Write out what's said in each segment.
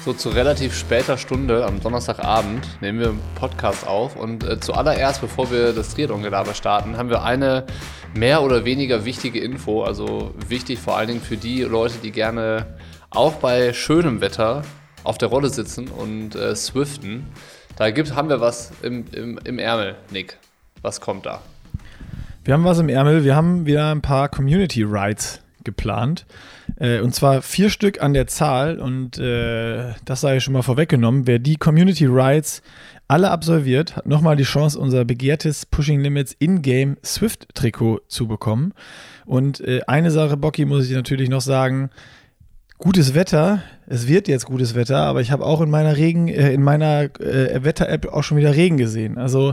so zu relativ später Stunde am Donnerstagabend nehmen wir einen Podcast auf und zuallererst, bevor wir das Triathlon-Gelaber starten, haben wir eine mehr oder weniger wichtige Info, also wichtig vor allen Dingen für die Leute, die gerne auch bei schönem Wetter auf der Rolle sitzen und swiften. Haben wir was im Ärmel, Nick. Was kommt da? Wir haben was im Ärmel. Wir haben wieder ein paar Community Rides geplant. Und zwar 4 Stück an der Zahl. Und das sei schon mal vorweggenommen. Wer die Community Rides alle absolviert, hat nochmal die Chance, unser begehrtes Pushing Limits In-Game Swift-Trikot zu bekommen. Und eine Sache, Bocki, muss ich natürlich noch sagen. Gutes Wetter, es wird jetzt gutes Wetter, aber ich habe auch in meiner Wetter-App auch schon wieder Regen gesehen. Also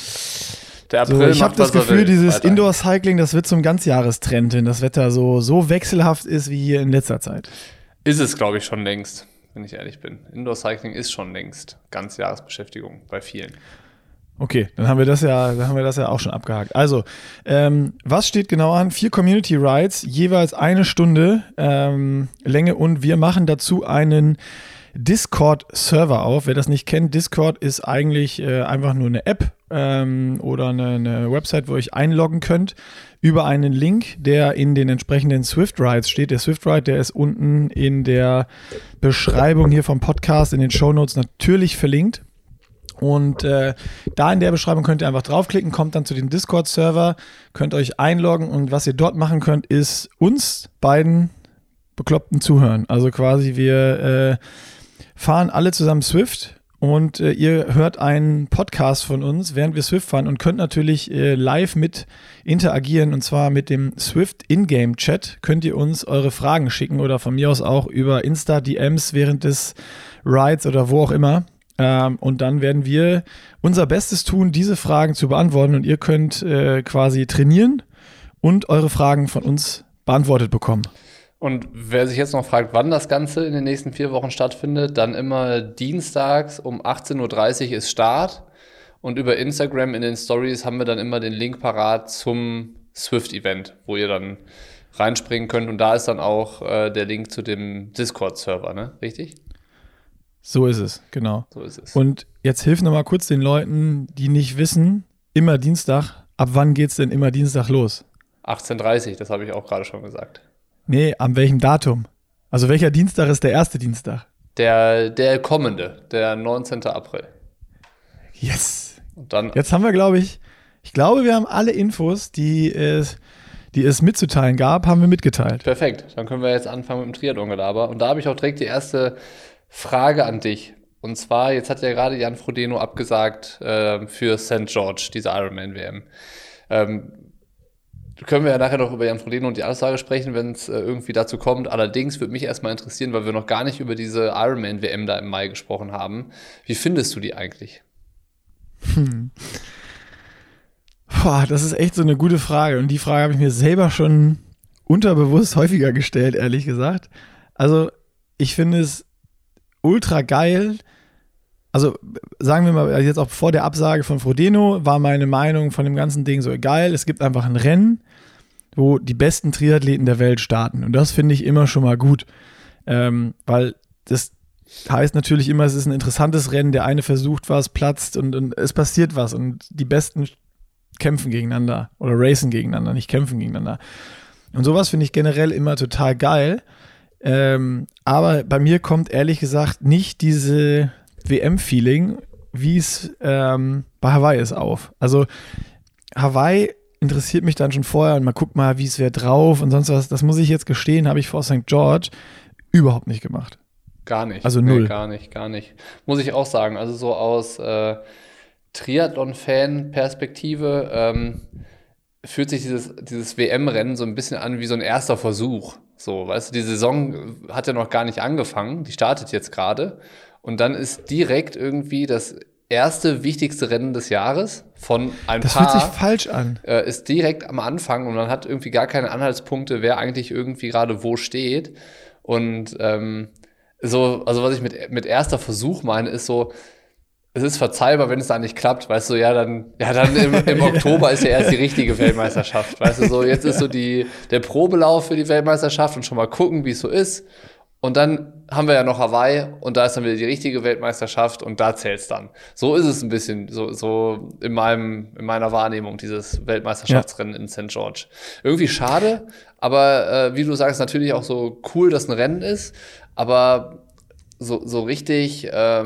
der April ich habe das Gefühl, dieses Indoor-Cycling, das wird zum Ganzjahrestrend, wenn das Wetter so wechselhaft ist wie hier in letzter Zeit. Ist es, glaube ich, schon längst, wenn ich ehrlich bin. Indoor-Cycling ist schon längst Ganzjahresbeschäftigung bei vielen. Okay, dann haben wir das ja auch schon abgehakt. Also, was steht genau an? 4 Community Rides, jeweils 1 Stunde Länge und wir machen dazu einen Discord-Server auf. Wer das nicht kennt, Discord ist eigentlich einfach nur eine App oder eine Website, wo ihr euch einloggen könnt über einen Link, der in den entsprechenden Swift Rides steht. Der Swift Ride, der ist unten in der Beschreibung hier vom Podcast, in den Shownotes natürlich verlinkt. Und da in der Beschreibung könnt ihr einfach draufklicken, kommt dann zu dem Discord-Server, könnt euch einloggen und was ihr dort machen könnt, ist uns beiden Bekloppten zuhören. Also quasi wir fahren alle zusammen Swift und ihr hört einen Podcast von uns, während wir Swift fahren und könnt natürlich live mit interagieren und zwar mit dem Swift In-Game-Chat könnt ihr uns eure Fragen schicken oder von mir aus auch über Insta-DMs während des Rides oder wo auch immer. Und dann werden wir unser Bestes tun, diese Fragen zu beantworten und ihr könnt quasi trainieren und eure Fragen von uns beantwortet bekommen. Und wer sich jetzt noch fragt, wann das Ganze in den nächsten 4 Wochen stattfindet, dann immer dienstags um 18.30 Uhr ist Start und über Instagram in den Stories haben wir dann immer den Link parat zum Swift-Event, wo ihr dann reinspringen könnt und da ist dann auch der Link zu dem Discord-Server, ne? Richtig? So ist es, genau. So ist es. Und jetzt hilf noch mal kurz den Leuten, die nicht wissen, immer Dienstag. Ab wann geht's denn immer Dienstag los? 18.30 Uhr, das habe ich auch gerade schon gesagt. Nee, an welchem Datum? Also welcher Dienstag ist der erste Dienstag? Der kommende, der 19. April. Yes! Und dann jetzt haben wir, wir haben alle Infos, die es mitzuteilen gab, haben wir mitgeteilt. Perfekt, dann können wir jetzt anfangen mit dem Triathlon-Gelaber. Und da habe ich auch direkt die erste Frage an dich. Und zwar, jetzt hat ja gerade Jan Frodeno abgesagt für St. George, diese Ironman-WM. Können wir ja nachher noch über Jan Frodeno und die Aussage sprechen, wenn es irgendwie dazu kommt. Allerdings würde mich erstmal interessieren, weil wir noch gar nicht über diese Ironman-WM da im Mai gesprochen haben. Wie findest du die eigentlich? Boah, das ist echt so eine gute Frage. Und die Frage habe ich mir selber schon unterbewusst häufiger gestellt, ehrlich gesagt. Also, ich finde es ultra geil. Also sagen wir mal, jetzt auch vor der Absage von Frodeno war meine Meinung von dem ganzen Ding so geil. Es gibt einfach ein Rennen, wo die besten Triathleten der Welt starten. Und das finde ich immer schon mal gut. Weil das heißt natürlich immer, es ist ein interessantes Rennen. Der eine versucht was, platzt und es passiert was. Und die Besten kämpfen gegeneinander oder racen gegeneinander, nicht kämpfen gegeneinander. Und sowas finde ich generell immer total geil. Aber bei mir kommt ehrlich gesagt nicht diese WM-Feeling, wie es bei Hawaii ist, auf. Also Hawaii interessiert mich dann schon vorher und man guckt mal, wie es wäre drauf und sonst was. Das muss ich jetzt gestehen, habe ich vor St. George überhaupt nicht gemacht. Gar nicht. Also null. Nee, gar nicht. Muss ich auch sagen. Also so aus Triathlon-Fan-Perspektive fühlt sich dieses WM-Rennen so ein bisschen an wie so ein erster Versuch. So, weißt du, die Saison hat ja noch gar nicht angefangen, die startet jetzt gerade und dann ist direkt irgendwie das erste wichtigste Rennen des Jahres von ein das paar. Das fühlt sich falsch an. Ist direkt am Anfang und man hat irgendwie gar keine Anhaltspunkte, wer eigentlich irgendwie gerade wo steht und also was ich mit erster Versuch meine, ist so, es ist verzeihbar, wenn es da nicht klappt, weißt du, dann im Oktober ist ja erst die richtige Weltmeisterschaft, weißt du, so, jetzt ist so der Probelauf für die Weltmeisterschaft und schon mal gucken, wie es so ist Und dann haben wir ja noch Hawaii und da ist dann wieder die richtige Weltmeisterschaft und da zählt's dann. So ist es ein bisschen, so in meiner Wahrnehmung, dieses Weltmeisterschaftsrennen in St. George. Irgendwie schade, aber wie du sagst, natürlich auch so cool, dass ein Rennen ist, aber so richtig,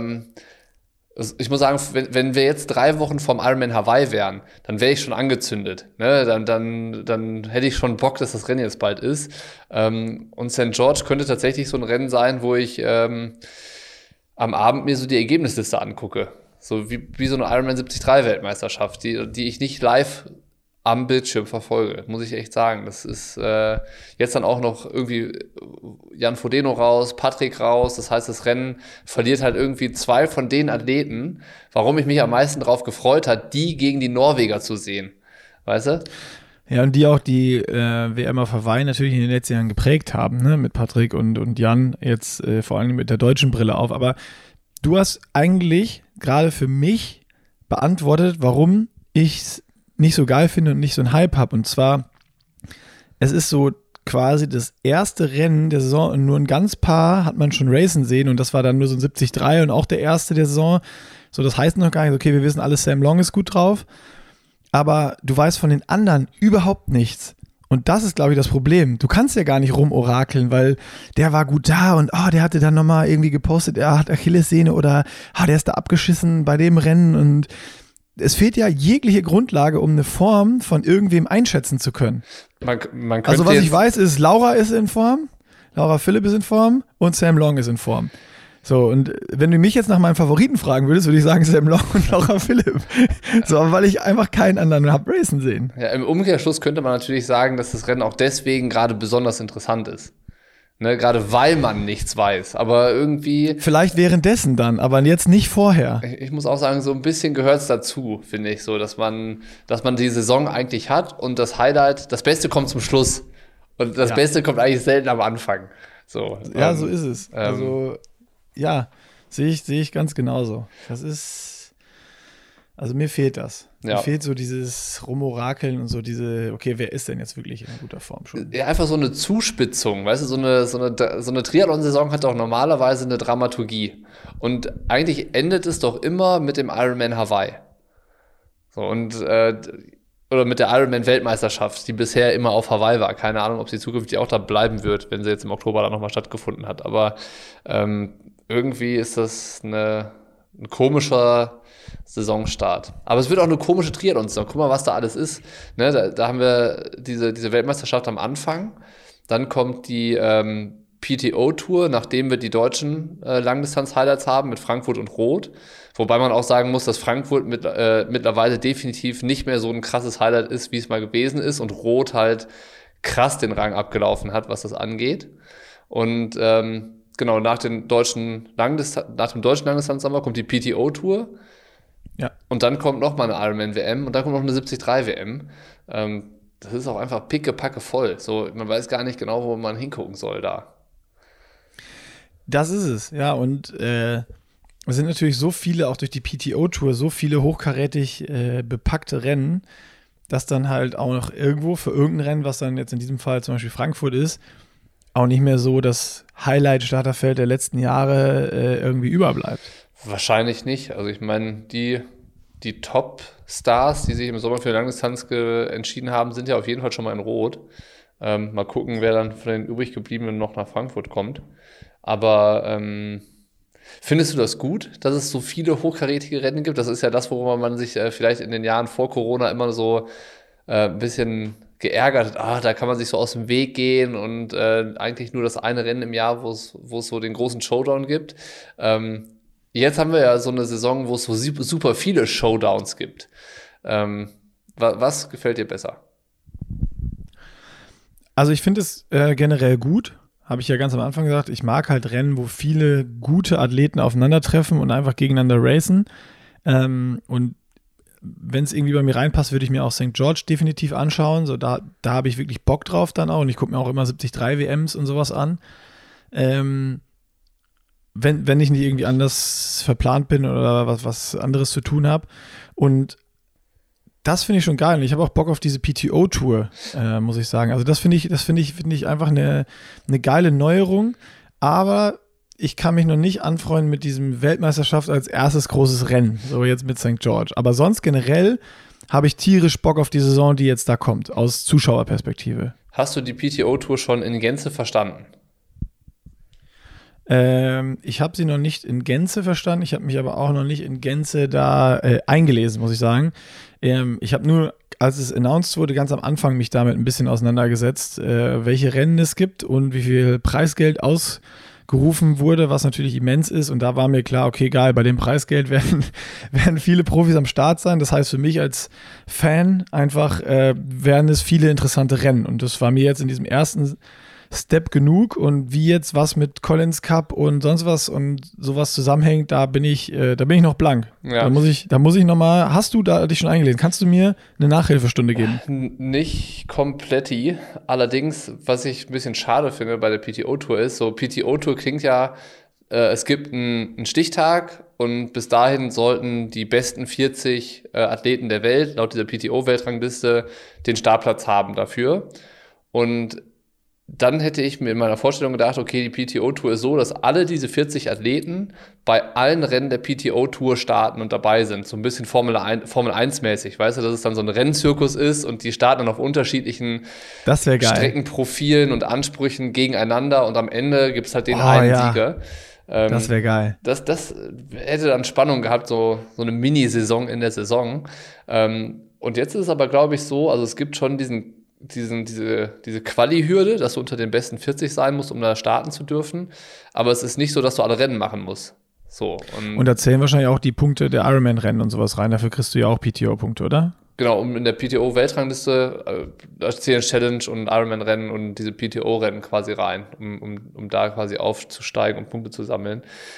ich muss sagen, wenn wir jetzt 3 Wochen vom Ironman Hawaii wären, dann wäre ich schon angezündet. Ne? Dann hätte ich schon Bock, dass das Rennen jetzt bald ist. Und St. George könnte tatsächlich so ein Rennen sein, wo ich am Abend mir so die Ergebnisliste angucke. So wie so eine Ironman 73 Weltmeisterschaft, die ich nicht live am Bildschirm verfolge, muss ich echt sagen. Das ist jetzt dann auch noch irgendwie Jan Frodeno raus, Patrick raus. Das heißt, das Rennen verliert halt irgendwie 2 von den Athleten, warum ich mich am meisten drauf gefreut habe, die gegen die Norweger zu sehen. Weißt du? Ja, und die auch die WM auf Hawaii natürlich in den letzten Jahren geprägt haben, ne? Mit Patrick und Jan jetzt vor allem mit der deutschen Brille auf. Aber du hast eigentlich gerade für mich beantwortet, warum ich es nicht so geil finde und nicht so einen Hype habe. Und zwar, es ist so quasi das erste Rennen der Saison und nur ein ganz paar hat man schon racen sehen und das war dann nur so ein 73 und auch der erste der Saison. So, das heißt noch gar nicht, okay, wir wissen alle, Sam Long ist gut drauf, aber du weißt von den anderen überhaupt nichts. Und das ist, glaube ich, das Problem. Du kannst ja gar nicht rumorakeln, weil der war gut da und der hatte dann nochmal irgendwie gepostet, er hat Achillessehne oder der ist da abgeschissen bei dem Rennen und es fehlt ja jegliche Grundlage, um eine Form von irgendwem einschätzen zu können. Man könnte also was ich weiß ist, Laura ist in Form, Laura Philipp ist in Form und Sam Long ist in Form. So, und wenn du mich jetzt nach meinen Favoriten fragen würdest, würde ich sagen Sam Long und Laura Philipp. So, aber weil ich einfach keinen anderen habe racen sehen. Ja, im Umkehrschluss könnte man natürlich sagen, dass das Rennen auch deswegen gerade besonders interessant ist. Ne, gerade weil man nichts weiß, aber irgendwie... Vielleicht währenddessen dann, aber jetzt nicht vorher. Ich muss auch sagen, so ein bisschen gehört es dazu, finde ich so, dass man die Saison eigentlich hat und das Highlight, das Beste kommt zum Schluss und das Beste kommt eigentlich selten am Anfang. So, ja, so ist es. Also, ja, sehe ich ganz genauso. Das ist... Also mir fehlt das. Ja. Mir fehlt so dieses Rumorakeln und so okay, wer ist denn jetzt wirklich in guter Form schon? Ja, einfach so eine Zuspitzung, weißt du, so eine Triathlon-Saison hat doch normalerweise eine Dramaturgie. Und eigentlich endet es doch immer mit dem Ironman Hawaii. So, oder mit der Ironman-Weltmeisterschaft, die bisher immer auf Hawaii war. Keine Ahnung, ob sie zukünftig auch da bleiben wird, wenn sie jetzt im Oktober dann nochmal stattgefunden hat. Aber irgendwie ist das ein komischer Saisonstart. Aber es wird auch eine komische Triathlon-Saison. Guck mal, was da alles ist. Ne, da haben wir diese Weltmeisterschaft am Anfang. Dann kommt die PTO-Tour, nachdem wir die deutschen Langdistanz-Highlights haben mit Frankfurt und Roth. Wobei man auch sagen muss, dass Frankfurt mittlerweile definitiv nicht mehr so ein krasses Highlight ist, wie es mal gewesen ist. Und Roth halt krass den Rang abgelaufen hat, was das angeht. Und genau, nach dem deutschen Langdistanz-Sommer kommt die PTO-Tour. Ja. Und dann kommt noch mal eine Ironman-WM und dann kommt noch eine 73 WM. Das ist auch einfach pickepacke voll. So, man weiß gar nicht genau, wo man hingucken soll da. Das ist es, ja. Und es sind natürlich so viele, auch durch die PTO-Tour, so viele hochkarätig bepackte Rennen, dass dann halt auch noch irgendwo für irgendein Rennen, was dann jetzt in diesem Fall zum Beispiel Frankfurt ist, auch nicht mehr so das Highlight-Starterfeld der letzten Jahre irgendwie überbleibt. Wahrscheinlich nicht. Also ich meine, die Top-Stars, die sich im Sommer für Langdistanz entschieden haben, sind ja auf jeden Fall schon mal in Rot. Mal gucken, wer dann von den übrig gebliebenen noch nach Frankfurt kommt. Aber findest du das gut, dass es so viele hochkarätige Rennen gibt? Das ist ja das, worüber man sich vielleicht in den Jahren vor Corona immer so ein bisschen geärgert hat. Da kann man sich so aus dem Weg gehen und eigentlich nur das eine Rennen im Jahr, wo es so den großen Showdown gibt. Jetzt haben wir ja so eine Saison, wo es so super viele Showdowns gibt. Was gefällt dir besser? Also ich finde es generell gut. Habe ich ja ganz am Anfang gesagt. Ich mag halt Rennen, wo viele gute Athleten aufeinandertreffen und einfach gegeneinander racen. Und wenn es irgendwie bei mir reinpasst, würde ich mir auch St. George definitiv anschauen. So, da habe ich wirklich Bock drauf dann auch. Und ich gucke mir auch immer 73 WMs und sowas an. Wenn ich nicht irgendwie anders verplant bin oder was anderes zu tun habe. Und das finde ich schon geil. Und ich habe auch Bock auf diese PTO-Tour, muss ich sagen. Also das finde ich einfach eine geile Neuerung. aber ich kann mich noch nicht anfreunden mit diesem Weltmeisterschaft als erstes großes Rennen, so jetzt mit St. George. Aber sonst generell habe ich tierisch Bock auf die Saison, die jetzt da kommt, aus Zuschauerperspektive. Hast du die PTO-Tour schon in Gänze verstanden? Ich habe sie noch nicht in Gänze verstanden, ich habe mich aber auch noch nicht in Gänze da eingelesen, muss ich sagen. Ich habe nur, als es announced wurde, ganz am Anfang mich damit ein bisschen auseinandergesetzt, welche Rennen es gibt und wie viel Preisgeld ausgerufen wurde, was natürlich immens ist. Und da war mir klar, okay, geil, bei dem Preisgeld werden viele Profis am Start sein. Das heißt für mich als Fan einfach werden es viele interessante Rennen. Und das war mir jetzt in diesem ersten Step genug, und wie jetzt was mit Collins Cup und sonst was und sowas zusammenhängt, da bin ich noch blank. Ja. Da muss ich nochmal, hast du da dich schon eingelesen? Kannst du mir eine Nachhilfestunde geben? Nicht kompletti. Allerdings, was ich ein bisschen schade finde bei der PTO-Tour ist, so PTO-Tour klingt ja, es gibt einen Stichtag und bis dahin sollten die besten 40 Athleten der Welt laut dieser PTO-Weltrangliste den Startplatz haben dafür. Und dann hätte ich mir in meiner Vorstellung gedacht, okay, die PTO-Tour ist so, dass alle diese 40 Athleten bei allen Rennen der PTO-Tour starten und dabei sind. So ein bisschen Formel 1-mäßig, weißt du, dass es dann so ein Rennzirkus ist und die starten dann auf unterschiedlichen Streckenprofilen und Ansprüchen gegeneinander und am Ende gibt es halt den einen Sieger. Das wäre geil. Das hätte dann Spannung gehabt, so eine Mini-Saison in der Saison. Und jetzt ist es aber, glaube ich, so, also es gibt schon diese Quali-Hürde, dass du unter den besten 40 sein musst, um da starten zu dürfen. Aber es ist nicht so, dass du alle Rennen machen musst. So, und da zählen wahrscheinlich auch die Punkte der Ironman-Rennen und sowas rein. Dafür kriegst du ja auch PTO-Punkte, oder? Genau, und in der PTO-Weltrangliste da zählen Challenge und Ironman-Rennen und diese PTO-Rennen quasi rein, um da quasi aufzusteigen und Punkte zu sammeln.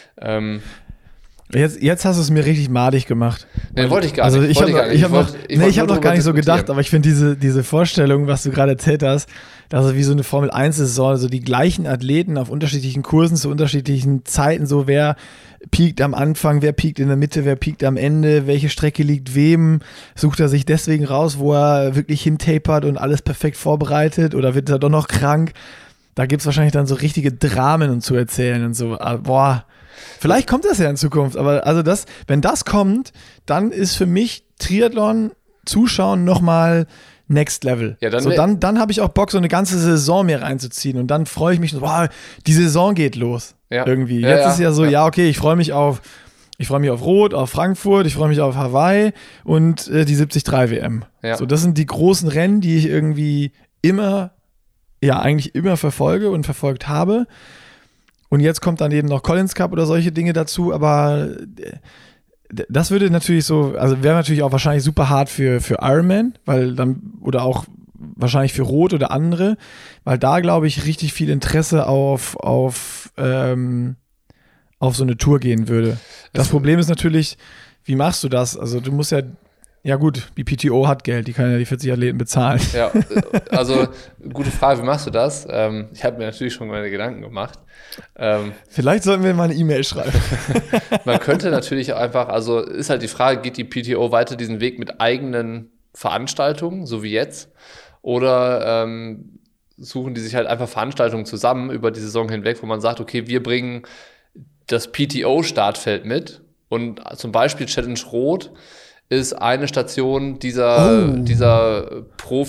Jetzt hast du es mir richtig madig gemacht. Nee, wollte ich gar nicht. Ich habe noch gar nicht so gedacht, aber ich finde diese Vorstellung, was du gerade erzählt hast, dass es wie so eine Formel-1-Saison, also die gleichen Athleten auf unterschiedlichen Kursen zu unterschiedlichen Zeiten, so wer piekt am Anfang, wer piekt in der Mitte, wer piekt am Ende, welche Strecke liegt wem, sucht er sich deswegen raus, wo er wirklich hintapert und alles perfekt vorbereitet, oder wird er doch noch krank? Da gibt es wahrscheinlich dann so richtige Dramen und zu erzählen und so, boah. Vielleicht kommt das ja in Zukunft, aber also wenn das kommt, dann ist für mich Triathlon zuschauen nochmal Next Level. Ja, dann habe ich auch Bock, so eine ganze Saison mir reinzuziehen, und dann freue ich mich, wow, die Saison geht los. Ja. Irgendwie. Jetzt ist ja so, okay, ich freue mich auf Rot, auf Frankfurt, ich freue mich auf Hawaii und die 73 WM. Ja. So, das sind die großen Rennen, die ich irgendwie eigentlich immer verfolge und verfolgt habe. Und jetzt kommt dann eben noch Collins Cup oder solche Dinge dazu, aber das würde natürlich wäre natürlich auch wahrscheinlich super hart für Ironman, weil dann, oder auch wahrscheinlich für Rot oder andere, weil da, glaube ich, richtig viel Interesse auf so eine Tour gehen würde. Das Problem ist natürlich, wie machst du das? Also du musst ja gut, die PTO hat Geld, die kann ja die 40 Athleten bezahlen. Ja, also gute Frage, wie machst du das? Ich habe mir natürlich schon meine Gedanken gemacht. Vielleicht sollten wir mal eine E-Mail schreiben. Man könnte natürlich einfach, also ist halt die Frage, geht die PTO weiter diesen Weg mit eigenen Veranstaltungen, so wie jetzt? Oder suchen die sich halt einfach Veranstaltungen zusammen über die Saison hinweg, wo man sagt, okay, wir bringen das PTO-Startfeld mit, und zum Beispiel Challenge Rot ist eine Station dieser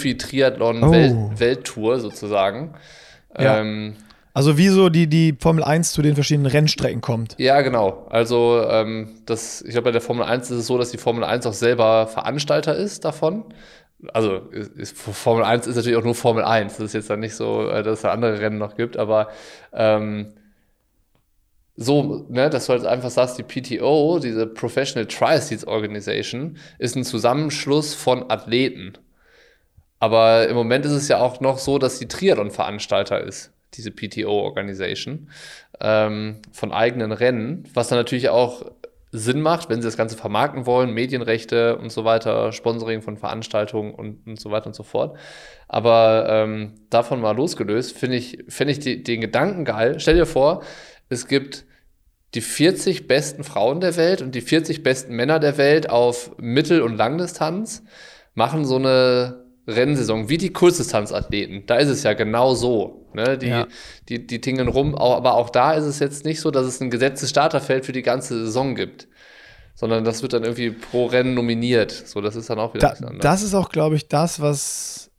Profi-Triathlon-Welttour sozusagen. Ja. Also wie so die Formel 1 zu den verschiedenen Rennstrecken kommt. Ja, genau. Also ich glaube, bei der Formel 1 ist es so, dass die Formel 1 auch selber Veranstalter ist davon. Also Formel 1 ist natürlich auch nur Formel 1. Das ist jetzt dann nicht so, dass es da andere Rennen noch gibt, aber dass du halt einfach sagst, die PTO, diese Professional Triathletes Organization, ist ein Zusammenschluss von Athleten. Aber im Moment ist es ja auch noch so, dass die Triathlon-Veranstalter ist, diese PTO-Organisation, von eigenen Rennen, was dann natürlich auch Sinn macht, wenn sie das Ganze vermarkten wollen, Medienrechte und so weiter, Sponsoring von Veranstaltungen und so weiter und so fort. Aber davon mal losgelöst, finde ich den Gedanken geil. Stell dir vor, es gibt die 40 besten Frauen der Welt und die 40 besten Männer der Welt auf Mittel- und Langdistanz, machen so eine Rennsaison, wie die Kurzdistanzathleten. Da ist es ja genau so. Ne? Die tingeln rum, aber auch da ist es jetzt nicht so, dass es ein gesetztes Starterfeld für die ganze Saison gibt. Sondern das wird dann irgendwie pro Rennen nominiert. So, das ist dann auch wieder anders. Das ist auch, glaube ich, das, was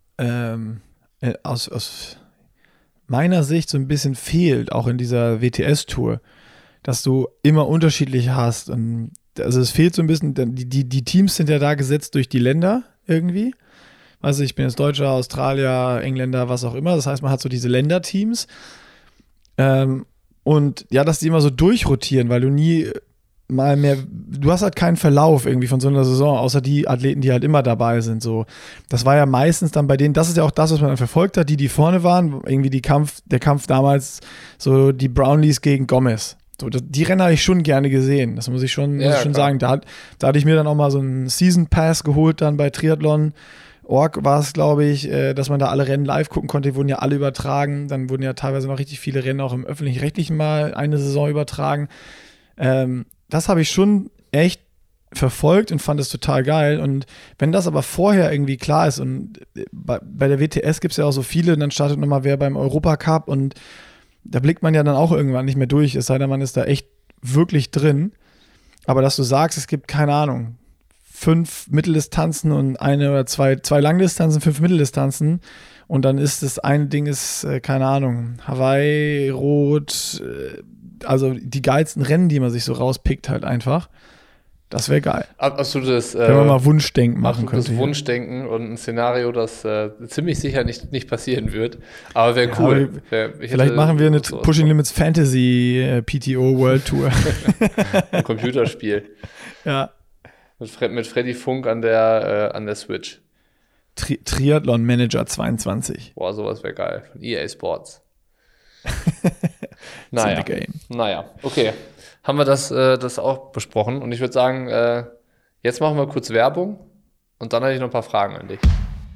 aus meiner Sicht so ein bisschen fehlt, auch in dieser WTS-Tour, dass du immer unterschiedlich hast. Und also es fehlt so ein bisschen, die Teams sind ja da gesetzt durch die Länder irgendwie. Also ich bin jetzt Deutscher, Australier, Engländer, was auch immer. Das heißt, man hat so diese Länderteams. Und ja, dass die immer so durchrotieren, weil du nie mal mehr, du hast halt keinen Verlauf irgendwie von so einer Saison, außer die Athleten, die halt immer dabei sind. So. Das war ja meistens dann bei denen, das ist ja auch das, was man dann verfolgt hat, die vorne waren, irgendwie der Kampf damals, so die Brownlees gegen Gomez. So, die Rennen habe ich schon gerne gesehen, das muss ich schon sagen. Da hatte ich mir dann auch mal so einen Season Pass geholt dann bei Triathlon. Org war es, glaube ich, dass man da alle Rennen live gucken konnte, die wurden ja alle übertragen. Dann wurden ja teilweise noch richtig viele Rennen auch im Öffentlich-Rechtlichen mal eine Saison übertragen. Das habe ich schon echt verfolgt und fand es total geil. Und wenn das aber vorher irgendwie klar ist und bei der WTS gibt es ja auch so viele, und dann startet nochmal wer beim Europacup und da blickt man ja dann auch irgendwann nicht mehr durch, es sei denn, man ist da echt wirklich drin. Aber dass du sagst, es gibt, keine Ahnung, 5 Mitteldistanzen und eine oder zwei Langdistanzen, 5 Mitteldistanzen und dann ist das eine Ding keine Ahnung, Hawaii, Rot, also die geilsten Rennen, die man sich so rauspickt halt einfach. Das wäre geil. Absolutes, wenn man mal Wunschdenken machen könnte. Absolutes Wunschdenken und ein Szenario, das ziemlich sicher nicht passieren wird. Aber wäre cool. Vielleicht machen wir eine Pushing Limits Fantasy PTO World Tour. Ein Computerspiel. Ja. Mit Freddy Funk an der Switch. Triathlon Manager 22. Boah, sowas wäre geil. Von EA Sports. Naja, okay. Haben wir das auch besprochen. Und ich würde sagen, jetzt machen wir kurz Werbung und dann habe ich noch ein paar Fragen an dich.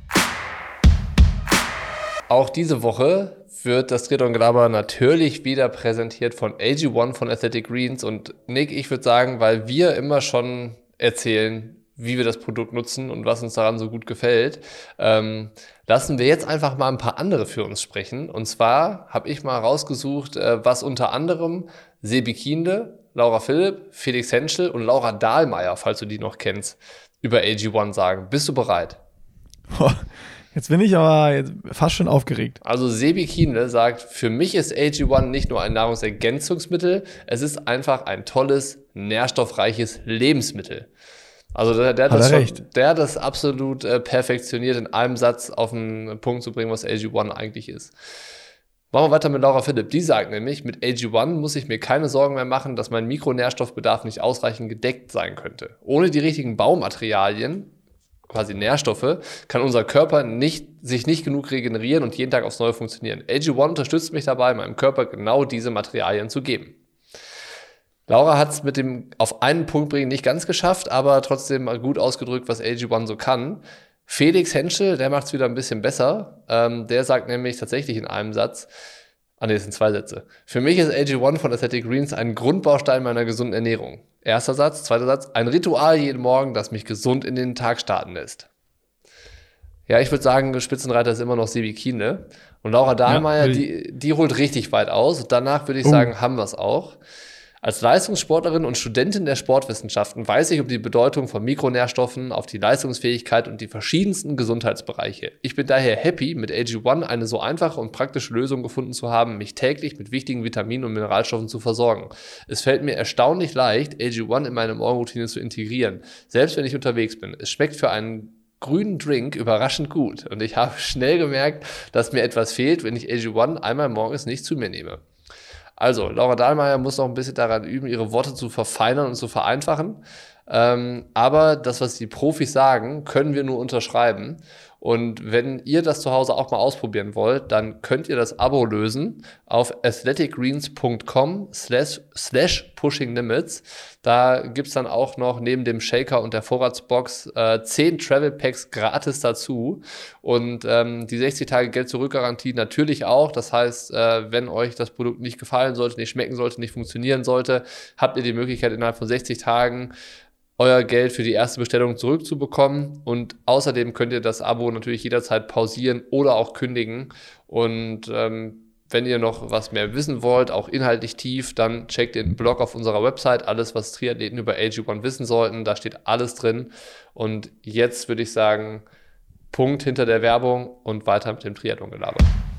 Auch diese Woche wird das Triathlon-Gelaber natürlich wieder präsentiert von AG1 von Athletic Greens. Und Nick, ich würde sagen, weil wir immer schon erzählen, wie wir das Produkt nutzen und was uns daran so gut gefällt, lassen wir jetzt einfach mal ein paar andere für uns sprechen. Und zwar habe ich mal rausgesucht, was unter anderem Sebi Kienle, Laura Philipp, Felix Henschel und Laura Dahlmeier, falls du die noch kennst, über AG1 sagen. Bist du bereit? Jetzt bin ich aber jetzt fast schon aufgeregt. Also Sebi Kienle sagt, für mich ist AG1 nicht nur ein Nahrungsergänzungsmittel, es ist einfach ein tolles, nährstoffreiches Lebensmittel. Also der hat das absolut perfektioniert, in einem Satz auf den Punkt zu bringen, was AG1 eigentlich ist. Machen wir weiter mit Laura Philipp. Die sagt nämlich, mit AG1 muss ich mir keine Sorgen mehr machen, dass mein Mikronährstoffbedarf nicht ausreichend gedeckt sein könnte. Ohne die richtigen Baumaterialien, quasi Nährstoffe, kann unser Körper sich nicht genug regenerieren und jeden Tag aufs Neue funktionieren. AG1 unterstützt mich dabei, meinem Körper genau diese Materialien zu geben. Laura hat es mit dem auf einen Punkt bringen nicht ganz geschafft, aber trotzdem gut ausgedrückt, was AG1 so kann. Felix Henschel, der macht es wieder ein bisschen besser. Der sagt nämlich tatsächlich in einem Satz, es sind 2 Sätze. Für mich ist AG1 von Athletic Greens ein Grundbaustein meiner gesunden Ernährung. Erster Satz, zweiter Satz, ein Ritual jeden Morgen, das mich gesund in den Tag starten lässt. Ja, ich würde sagen, Spitzenreiter ist immer noch Sebi Kienle. Und Laura Dahlmeier, die holt richtig weit aus. Danach würde ich sagen, haben wir es auch. Als Leistungssportlerin und Studentin der Sportwissenschaften weiß ich um die Bedeutung von Mikronährstoffen auf die Leistungsfähigkeit und die verschiedensten Gesundheitsbereiche. Ich bin daher happy, mit AG1 eine so einfache und praktische Lösung gefunden zu haben, mich täglich mit wichtigen Vitaminen und Mineralstoffen zu versorgen. Es fällt mir erstaunlich leicht, AG1 in meine Morgenroutine zu integrieren, selbst wenn ich unterwegs bin. Es schmeckt für einen grünen Drink überraschend gut und ich habe schnell gemerkt, dass mir etwas fehlt, wenn ich AG1 einmal morgens nicht zu mir nehme. Also, Laura Dahlmeier muss noch ein bisschen daran üben, ihre Worte zu verfeinern und zu vereinfachen. Aber das, was die Profis sagen, können wir nur unterschreiben. Und wenn ihr das zu Hause auch mal ausprobieren wollt, dann könnt ihr das Abo lösen auf athleticgreens.com/pushinglimits. Da gibt es dann auch noch neben dem Shaker und der Vorratsbox 10 Travel Packs gratis dazu. Und die 60 Tage Geld-Zurück-Garantie natürlich auch. Das heißt, wenn euch das Produkt nicht gefallen sollte, nicht schmecken sollte, nicht funktionieren sollte, habt ihr die Möglichkeit innerhalb von 60 Tagen euer Geld für die erste Bestellung zurückzubekommen. Und außerdem könnt ihr das Abo natürlich jederzeit pausieren oder auch kündigen. Und wenn ihr noch was mehr wissen wollt, auch inhaltlich tief, dann checkt den Blog auf unserer Website. Alles, was Triathleten über AG1 wissen sollten, da steht alles drin. Und jetzt würde ich sagen, Punkt hinter der Werbung und weiter mit dem Triathlon-Gelaber.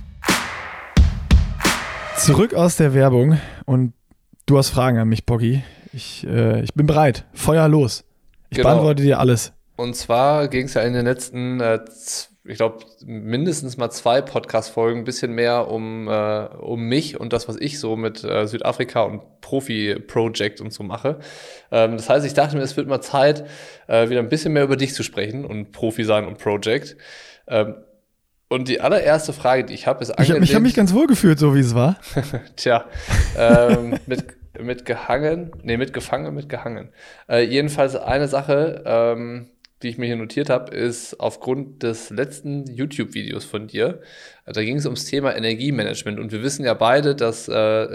Zurück aus der Werbung und du hast Fragen an mich, Poggi. Ich bin bereit. Feuer los. Ich beantworte dir alles. Und zwar ging es ja in den letzten, ich glaube, mindestens mal 2 Podcast-Folgen ein bisschen mehr um mich und das, was ich so mit Südafrika und Profi-Project und so mache. Das heißt, ich dachte mir, es wird mal Zeit, wieder ein bisschen mehr über dich zu sprechen und Profi sein und Project. Und die allererste Frage, die ich habe, ist angelehnt... Ich habe mich ganz wohl gefühlt, so wie es war. Tja, mit gehangen. Jedenfalls eine Sache, die ich mir hier notiert habe, ist aufgrund des letzten YouTube-Videos von dir. Da ging es ums Thema Energiemanagement. Und wir wissen ja beide, dass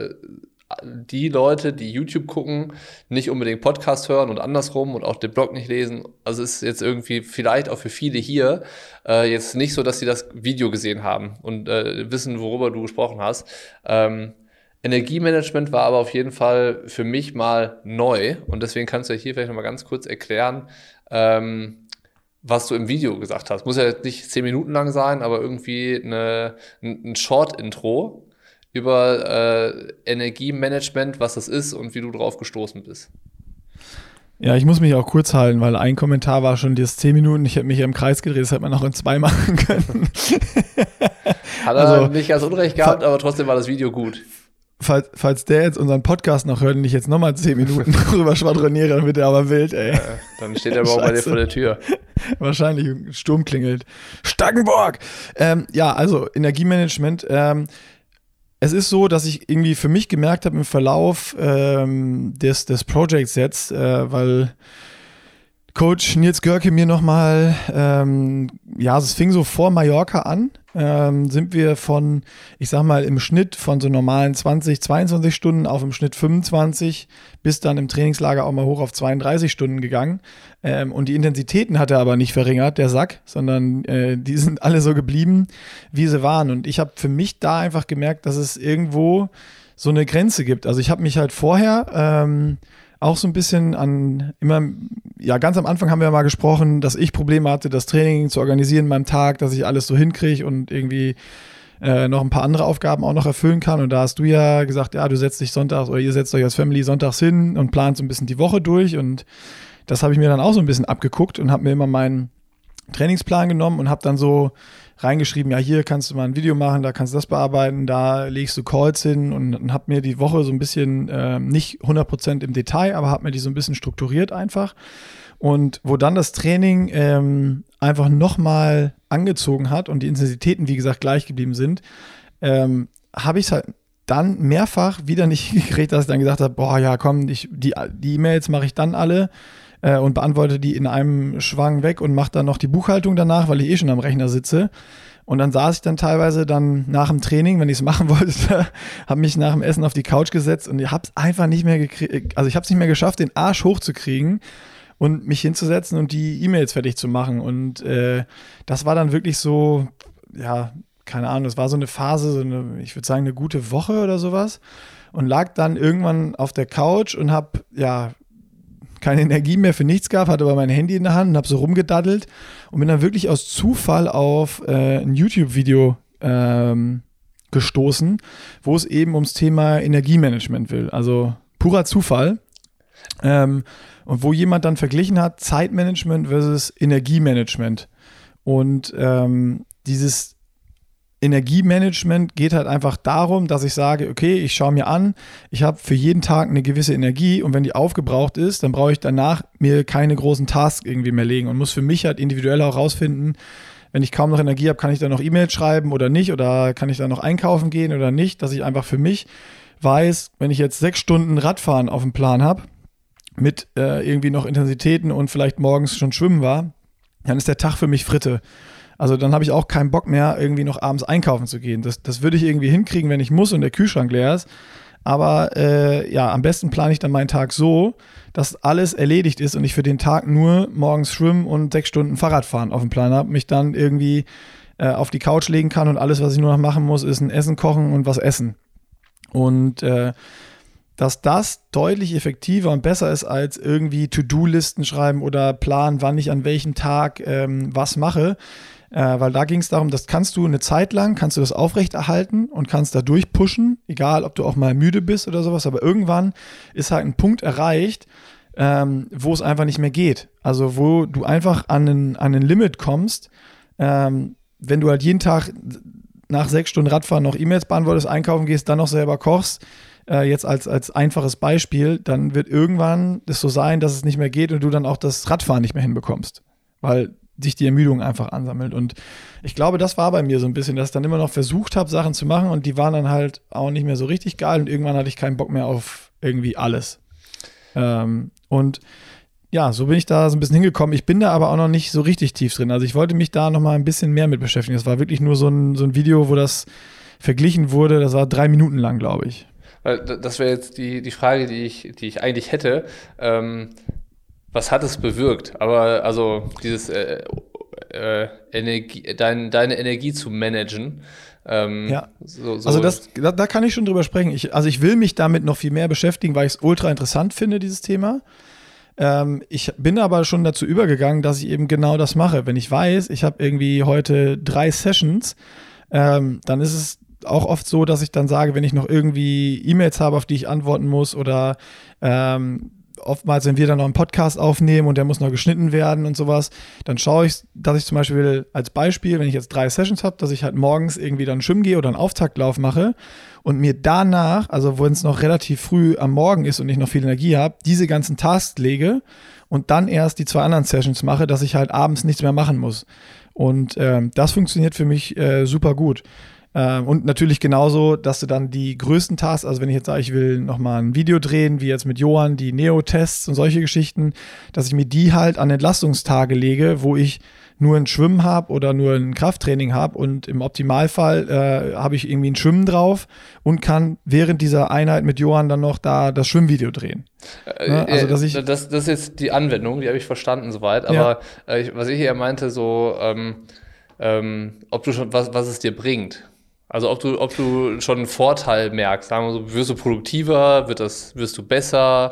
die Leute, die YouTube gucken, nicht unbedingt Podcast hören und andersrum und auch den Blog nicht lesen. Also ist jetzt irgendwie vielleicht auch für viele hier jetzt nicht so, dass sie das Video gesehen haben und wissen, worüber du gesprochen hast. Energiemanagement war aber auf jeden Fall für mich mal neu und deswegen kannst du hier vielleicht nochmal ganz kurz erklären, was du im Video gesagt hast. Muss ja jetzt nicht 10 Minuten lang sein, aber irgendwie ein Short-Intro über Energiemanagement, was das ist und wie du drauf gestoßen bist. Ja, ich muss mich auch kurz halten, weil ein Kommentar war schon das 10 Minuten, ich hätte mich hier im Kreis gedreht, das hätte man auch in 2 machen können. Hat er nicht ganz unrecht gehabt, aber trotzdem war das Video gut. Falls der jetzt unseren Podcast noch hört und ich jetzt nochmal 10 Minuten drüber schwadroniere, dann wird er aber wild, ey. Ja, dann steht er überhaupt bei dir vor der Tür. Wahrscheinlich ein Sturm klingelt. Stackenborg! Ja, also Energiemanagement. Es ist so, dass ich irgendwie für mich gemerkt habe im Verlauf des Projects jetzt, weil Coach Nils Görke mir nochmal, es fing so vor Mallorca an, sind wir von, ich sag mal, im Schnitt von so normalen 20, 22 Stunden auf im Schnitt 25 bis dann im Trainingslager auch mal hoch auf 32 Stunden gegangen. Und die Intensitäten hat er aber nicht verringert, der Sack, sondern die sind alle so geblieben, wie sie waren. Und ich habe für mich da einfach gemerkt, dass es irgendwo so eine Grenze gibt. Also ich habe mich halt vorher auch so ein bisschen ganz am Anfang haben wir mal gesprochen, dass ich Probleme hatte, das Training zu organisieren in meinem Tag, dass ich alles so hinkriege und irgendwie noch ein paar andere Aufgaben auch noch erfüllen kann. Und da hast du ja gesagt, ja, du setzt dich sonntags oder ihr setzt euch als Family sonntags hin und plant so ein bisschen die Woche durch. Und das habe ich mir dann auch so ein bisschen abgeguckt und habe mir immer meinen Trainingsplan genommen und habe dann so reingeschrieben, ja, hier kannst du mal ein Video machen, da kannst du das bearbeiten, da legst du Calls hin und habe mir die Woche so ein bisschen, nicht 100% im Detail, aber habe mir die so ein bisschen strukturiert einfach. Und wo dann das Training einfach nochmal angezogen hat und die Intensitäten, wie gesagt, gleich geblieben sind, habe ich es halt dann mehrfach wieder nicht gekriegt, dass ich dann gesagt habe, boah, ja komm, die E-Mails mache ich dann alle und beantworte die in einem Schwang weg und mache dann noch die Buchhaltung danach, weil ich schon am Rechner sitze. Und dann saß ich dann teilweise dann nach dem Training, wenn ich es machen wollte, habe mich nach dem Essen auf die Couch gesetzt und ich habe es einfach nicht mehr gekriegt, also ich habe es nicht mehr geschafft, den Arsch hochzukriegen und mich hinzusetzen und die E-Mails fertig zu machen. Und das war dann wirklich so, ja, keine Ahnung, das war so eine Phase, ich würde sagen, eine gute Woche oder sowas. Und lag dann irgendwann auf der Couch und habe, ja, keine Energie mehr für nichts gehabt, hatte aber mein Handy in der Hand und habe so rumgedaddelt und bin dann wirklich aus Zufall auf ein YouTube-Video gestoßen, wo es eben ums Thema Energiemanagement will. Also purer Zufall. Und wo jemand dann verglichen hat, Zeitmanagement versus Energiemanagement. Und dieses Energiemanagement geht halt einfach darum, dass ich sage, okay, ich schaue mir an, ich habe für jeden Tag eine gewisse Energie und wenn die aufgebraucht ist, dann brauche ich danach mir keine großen Tasks irgendwie mehr legen und muss für mich halt individuell auch rausfinden, wenn ich kaum noch Energie habe, kann ich dann noch E-Mails schreiben oder nicht oder kann ich dann noch einkaufen gehen oder nicht, dass ich einfach für mich weiß, wenn ich jetzt 6 Stunden Radfahren auf dem Plan habe, mit irgendwie noch Intensitäten und vielleicht morgens schon schwimmen war, dann ist der Tag für mich Fritte. Also dann habe ich auch keinen Bock mehr, irgendwie noch abends einkaufen zu gehen. Das würde ich irgendwie hinkriegen, wenn ich muss und der Kühlschrank leer ist. Aber ja, am besten plane ich dann meinen Tag so, dass alles erledigt ist und ich für den Tag nur morgens schwimmen und 6 Stunden Fahrradfahren auf dem Plan habe, mich dann irgendwie auf die Couch legen kann und alles, was ich nur noch machen muss, ist ein Essen kochen und was essen. Und dass das deutlich effektiver und besser ist, als irgendwie To-Do-Listen schreiben oder planen, wann ich an welchem Tag was mache. Weil da ging es darum, das kannst du eine Zeit lang, kannst du das aufrechterhalten und kannst da durchpushen, egal ob du auch mal müde bist oder sowas, aber irgendwann ist halt ein Punkt erreicht, wo es einfach nicht mehr geht. Also wo du einfach an ein Limit kommst, wenn du halt jeden Tag nach 6 Stunden Radfahren noch E-Mails beantwortest, einkaufen gehst, dann noch selber kochst, jetzt als einfaches Beispiel, dann wird irgendwann das so sein, dass es nicht mehr geht und du dann auch das Radfahren nicht mehr hinbekommst, weil sich die Ermüdung einfach ansammelt. Und ich glaube, das war bei mir so ein bisschen, dass ich dann immer noch versucht habe, Sachen zu machen und die waren dann halt auch nicht mehr so richtig geil und irgendwann hatte ich keinen Bock mehr auf irgendwie alles. Und ja, so bin ich da so ein bisschen hingekommen. Ich bin da aber auch noch nicht so richtig tief drin. Also ich wollte mich da noch mal ein bisschen mehr mit beschäftigen. Das war wirklich nur so ein Video, wo das verglichen wurde. Das war 3 Minuten lang, glaube ich. Das wäre jetzt die Frage, die ich eigentlich hätte. Was hat es bewirkt? Aber also dieses deine Energie zu managen. Ja. Also da kann ich schon drüber sprechen. Ich will mich damit noch viel mehr beschäftigen, weil ich es ultra interessant finde, dieses Thema. Ich bin aber schon dazu übergegangen, dass ich eben genau das mache. Wenn ich weiß, ich habe irgendwie heute 3 Sessions, dann ist es auch oft so, dass ich dann sage, wenn ich noch irgendwie E-Mails habe, auf die ich antworten muss oder oftmals, wenn wir dann noch einen Podcast aufnehmen und der muss noch geschnitten werden und sowas, dann schaue ich, dass ich zum Beispiel als Beispiel, wenn ich jetzt 3 Sessions habe, dass ich halt morgens irgendwie dann schwimmen gehe oder einen Auftaktlauf mache und mir danach, also wenn es noch relativ früh am Morgen ist und ich noch viel Energie habe, diese ganzen Tasks lege und dann erst die 2 anderen Sessions mache, dass ich halt abends nichts mehr machen muss. Und das funktioniert für mich super gut. Und natürlich genauso, dass du dann die größten Tasks, also wenn ich jetzt sage, ich will nochmal ein Video drehen, wie jetzt mit Johann, die Neo-Tests und solche Geschichten, dass ich mir die halt an Entlastungstage lege, wo ich nur ein Schwimmen habe oder nur ein Krafttraining habe und im Optimalfall habe ich irgendwie ein Schwimmen drauf und kann während dieser Einheit mit Johann dann noch da das Schwimmvideo drehen. Also das ist jetzt die Anwendung, die habe ich verstanden soweit, aber was ich eher meinte, so ob du schon, was es dir bringt. Also ob du schon einen Vorteil merkst, sagen wir so, wirst du produktiver, wirst du besser,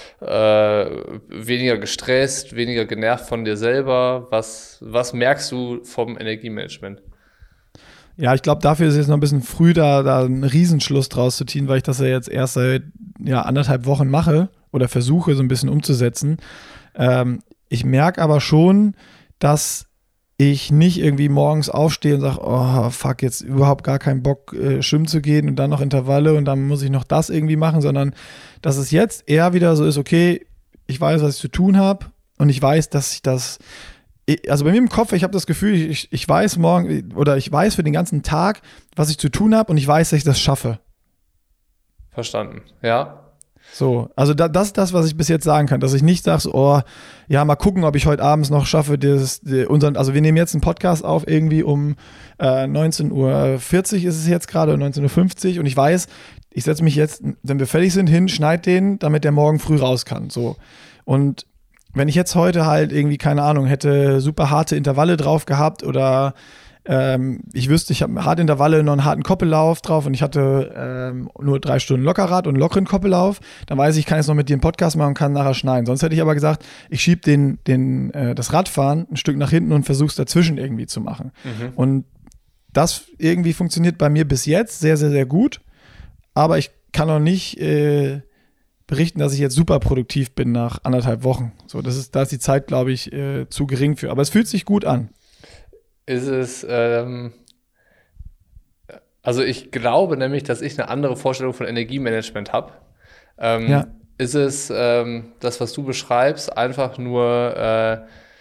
weniger gestresst, weniger genervt von dir selber. Was merkst du vom Energiemanagement? Ja, ich glaube, dafür ist es jetzt noch ein bisschen früh, da einen Riesenschluss draus zu ziehen, weil ich das ja jetzt erst seit 1,5 Wochen mache oder versuche so ein bisschen umzusetzen. Ich merke aber schon, dass ich nicht irgendwie morgens aufstehe und sage, oh fuck, jetzt überhaupt gar keinen Bock, schwimmen zu gehen und dann noch Intervalle und dann muss ich noch das irgendwie machen, sondern dass es jetzt eher wieder so ist, okay, ich weiß, was ich zu tun habe und ich weiß, dass ich das, also bei mir im Kopf, ich habe das Gefühl, ich weiß morgen oder ich weiß für den ganzen Tag, was ich zu tun habe und ich weiß, dass ich das schaffe. Verstanden, ja. So, also das ist das, was ich bis jetzt sagen kann, dass ich nicht sage, so, oh, ja, mal gucken, ob ich heute abends noch schaffe, also wir nehmen jetzt einen Podcast auf, irgendwie um 19:40 Uhr ist es jetzt gerade, 19:50 Uhr und ich weiß, ich setze mich jetzt, wenn wir fertig sind, hin, schneide den, damit der morgen früh raus kann, so. Und wenn ich jetzt heute halt irgendwie, keine Ahnung, hätte super harte Intervalle drauf gehabt oder ich wüsste, ich habe harte Intervalle, noch einen harten Koppellauf drauf und ich hatte nur 3 Stunden Lockerrad und einen lockeren Koppellauf, dann weiß ich kann jetzt noch mit dir einen Podcast machen und kann nachher schneiden. Sonst hätte ich aber gesagt, ich schiebe das Radfahren ein Stück nach hinten und versuche es dazwischen irgendwie zu machen. Mhm. Und das irgendwie funktioniert bei mir bis jetzt sehr, sehr, sehr gut, aber ich kann noch nicht berichten, dass ich jetzt super produktiv bin nach 1,5 Wochen. So, da ist die Zeit, glaube ich, zu gering für. Aber es fühlt sich gut an. Ist es, also ich glaube nämlich, dass ich eine andere Vorstellung von Energiemanagement habe. Ja. Ist es das, was du beschreibst, einfach nur,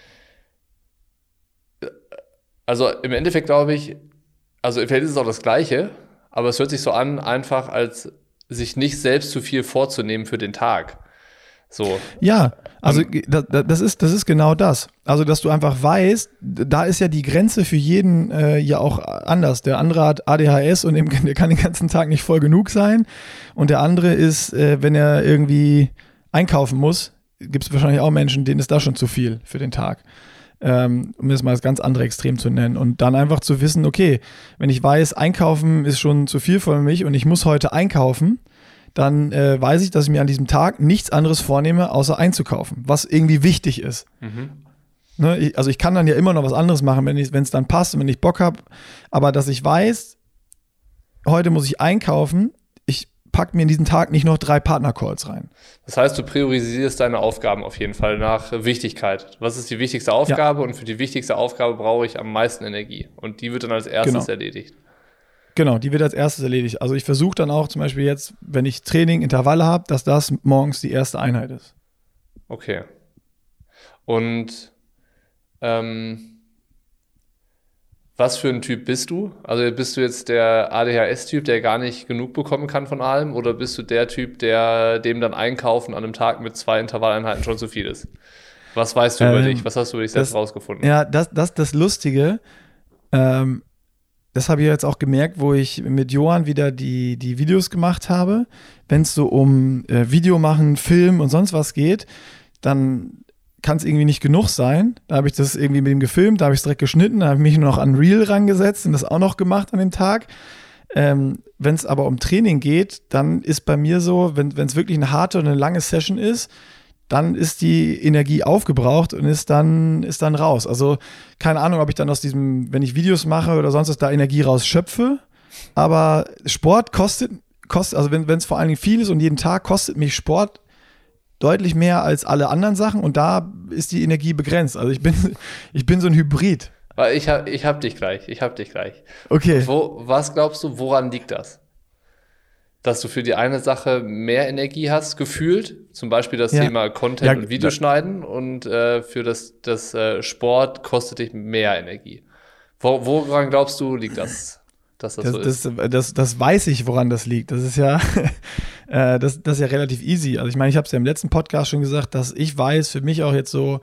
also im Endeffekt glaube ich, also vielleicht ist es auch das Gleiche, aber es hört sich so an, einfach als sich nicht selbst zu viel vorzunehmen für den Tag. So. Ja, also das ist genau das. Also, dass du einfach weißt, da ist ja die Grenze für jeden ja auch anders. Der andere hat ADHS und eben, der kann den ganzen Tag nicht voll genug sein. Und der andere ist, wenn er irgendwie einkaufen muss, gibt es wahrscheinlich auch Menschen, denen ist das schon zu viel für den Tag. Um das mal das ganz andere Extrem zu nennen. Und dann einfach zu wissen, okay, wenn ich weiß, einkaufen ist schon zu viel für mich und ich muss heute einkaufen, dann weiß ich, dass ich mir an diesem Tag nichts anderes vornehme, außer einzukaufen, was irgendwie wichtig ist. Ne, ich kann dann ja immer noch was anderes machen, wenn es dann passt und wenn ich Bock habe, aber dass ich weiß, heute muss ich einkaufen, ich packe mir in diesen Tag nicht noch 3 Partnercalls rein. Das heißt, du priorisierst deine Aufgaben auf jeden Fall nach Wichtigkeit. Was ist die wichtigste Aufgabe? Ja. Und für die wichtigste Aufgabe brauche ich am meisten Energie. Und die wird dann als erstes erledigt. Genau, die wird als erstes erledigt. Also ich versuche dann auch zum Beispiel jetzt, wenn ich Training, Intervalle habe, dass das morgens die erste Einheit ist. Okay. Und was für ein Typ bist du? Also bist du jetzt der ADHS-Typ, der gar nicht genug bekommen kann von allem? Oder bist du der Typ, dem dann Einkaufen an einem Tag mit 2 Intervalleinheiten schon zu viel ist? Was weißt du über dich? Was hast du über dich selbst rausgefunden? Ja, das Lustige, das habe ich jetzt auch gemerkt, wo ich mit Johann wieder die Videos gemacht habe. Wenn es so um Video machen, Film und sonst was geht, dann kann es irgendwie nicht genug sein. Da habe ich das irgendwie mit ihm gefilmt, da habe ich es direkt geschnitten, da habe ich mich nur noch an Reel rangesetzt und das auch noch gemacht an dem Tag. Wenn es aber um Training geht, dann ist bei mir so, wenn es wirklich eine harte und eine lange Session ist, dann ist die Energie aufgebraucht und ist dann raus. Also keine Ahnung, ob ich dann aus diesem, wenn ich Videos mache oder sonst was, da Energie rausschöpfe. Aber Sport kostet, also wenn es vor allen Dingen viel ist und jeden Tag kostet mich Sport deutlich mehr als alle anderen Sachen und da ist die Energie begrenzt. Also ich bin so ein Hybrid. Ich hab dich gleich. Okay. Was glaubst du, woran liegt das? Dass du für die eine Sache mehr Energie hast, gefühlt, zum Beispiel das Thema Content und Videoschneiden und für das Sport kostet dich mehr Energie. Woran glaubst du, liegt das? Dass das so ist? Das weiß ich, woran das liegt. Das ist ja, das ist ja relativ easy. Also ich meine, ich habe es ja im letzten Podcast schon gesagt, dass ich weiß, für mich auch jetzt so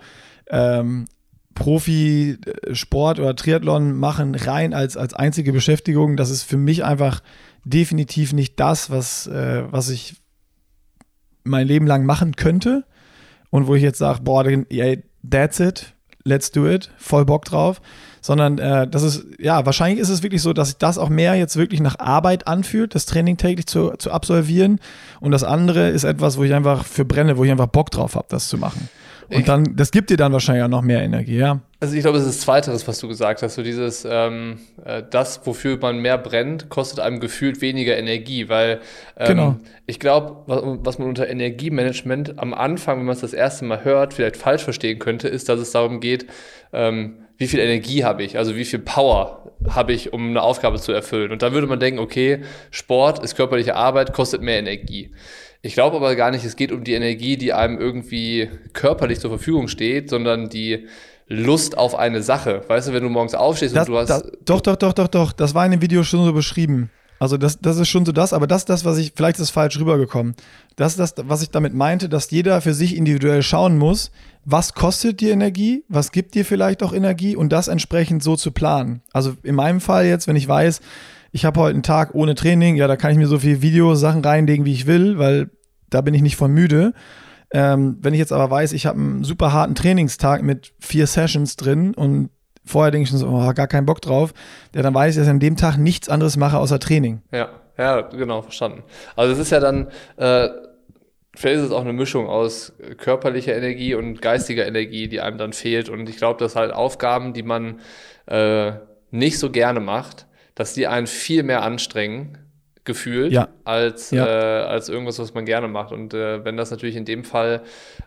Profi-Sport oder Triathlon machen rein als einzige Beschäftigung, das ist für mich einfach definitiv nicht das, was ich mein Leben lang machen könnte und wo ich jetzt sage, boah, that's it, let's do it, voll Bock drauf. Sondern das ist, ja, wahrscheinlich ist es wirklich so, dass sich das auch mehr jetzt wirklich nach Arbeit anfühlt, das Training täglich zu absolvieren. Und das andere ist etwas, wo ich einfach für brenne, wo ich einfach Bock drauf habe, das zu machen. Und dann, das gibt dir dann wahrscheinlich auch noch mehr Energie, ja. Also ich glaube, es ist Zweiteres, was du gesagt hast. So dieses, das, wofür man mehr brennt, kostet einem gefühlt weniger Energie, weil genau. Ich glaube, was man unter Energiemanagement am Anfang, wenn man es das erste Mal hört, vielleicht falsch verstehen könnte, ist, dass es darum geht, wie viel Energie habe ich, also wie viel Power habe ich, um eine Aufgabe zu erfüllen. Und da würde man denken, okay, Sport ist körperliche Arbeit, kostet mehr Energie. Ich glaube aber gar nicht, es geht um die Energie, die einem irgendwie körperlich zur Verfügung steht, sondern die Lust auf eine Sache. Weißt du, wenn du morgens aufstehst und du hast... Doch. Das war in dem Video schon so beschrieben. Also das ist schon so das, aber das ist das, was ich, vielleicht ist es falsch rübergekommen. Das ist das, was ich damit meinte, dass jeder für sich individuell schauen muss, was kostet dir Energie, was gibt dir vielleicht auch Energie und das entsprechend so zu planen. Also in meinem Fall jetzt, wenn ich weiß, ich habe heute einen Tag ohne Training, ja, da kann ich mir so viele Videosachen reinlegen, wie ich will, weil da bin ich nicht von müde. Wenn ich jetzt aber weiß, ich habe einen super harten Trainingstag mit 4 Sessions drin und vorher denke ich schon so, oh, gar keinen Bock drauf, ja, dann weiß ich, dass ich an dem Tag nichts anderes mache außer Training. Ja, genau, verstanden. Also es ist ja dann, vielleicht ist es auch eine Mischung aus körperlicher Energie und geistiger Energie, die einem dann fehlt. Und ich glaube, dass halt Aufgaben, die man nicht so gerne macht, dass die einen viel mehr anstrengen, gefühlt, als irgendwas, was man gerne macht. Und wenn das natürlich in dem Fall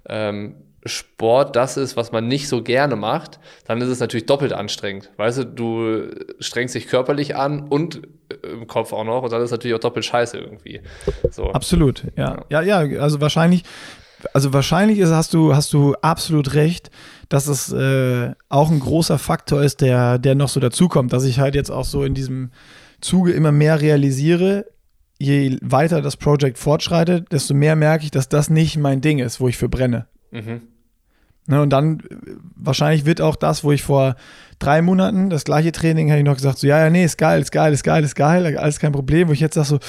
Sport das ist, was man nicht so gerne macht, dann ist es natürlich doppelt anstrengend. Weißt du strengst dich körperlich an und im Kopf auch noch und dann ist es natürlich auch doppelt scheiße irgendwie. So. Absolut, ja. Ja, also wahrscheinlich hast du absolut recht, dass es auch ein großer Faktor ist, der noch so dazukommt, dass ich halt jetzt auch so in diesem Zuge immer mehr realisiere, je weiter das Projekt fortschreitet, desto mehr merke ich, dass das nicht mein Ding ist, wo ich für brenne. Ne, und dann wahrscheinlich wird auch das, wo ich vor 3 Monaten das gleiche Training, hätte ich noch gesagt, so nee, ist geil, alles kein Problem, wo ich jetzt sage so,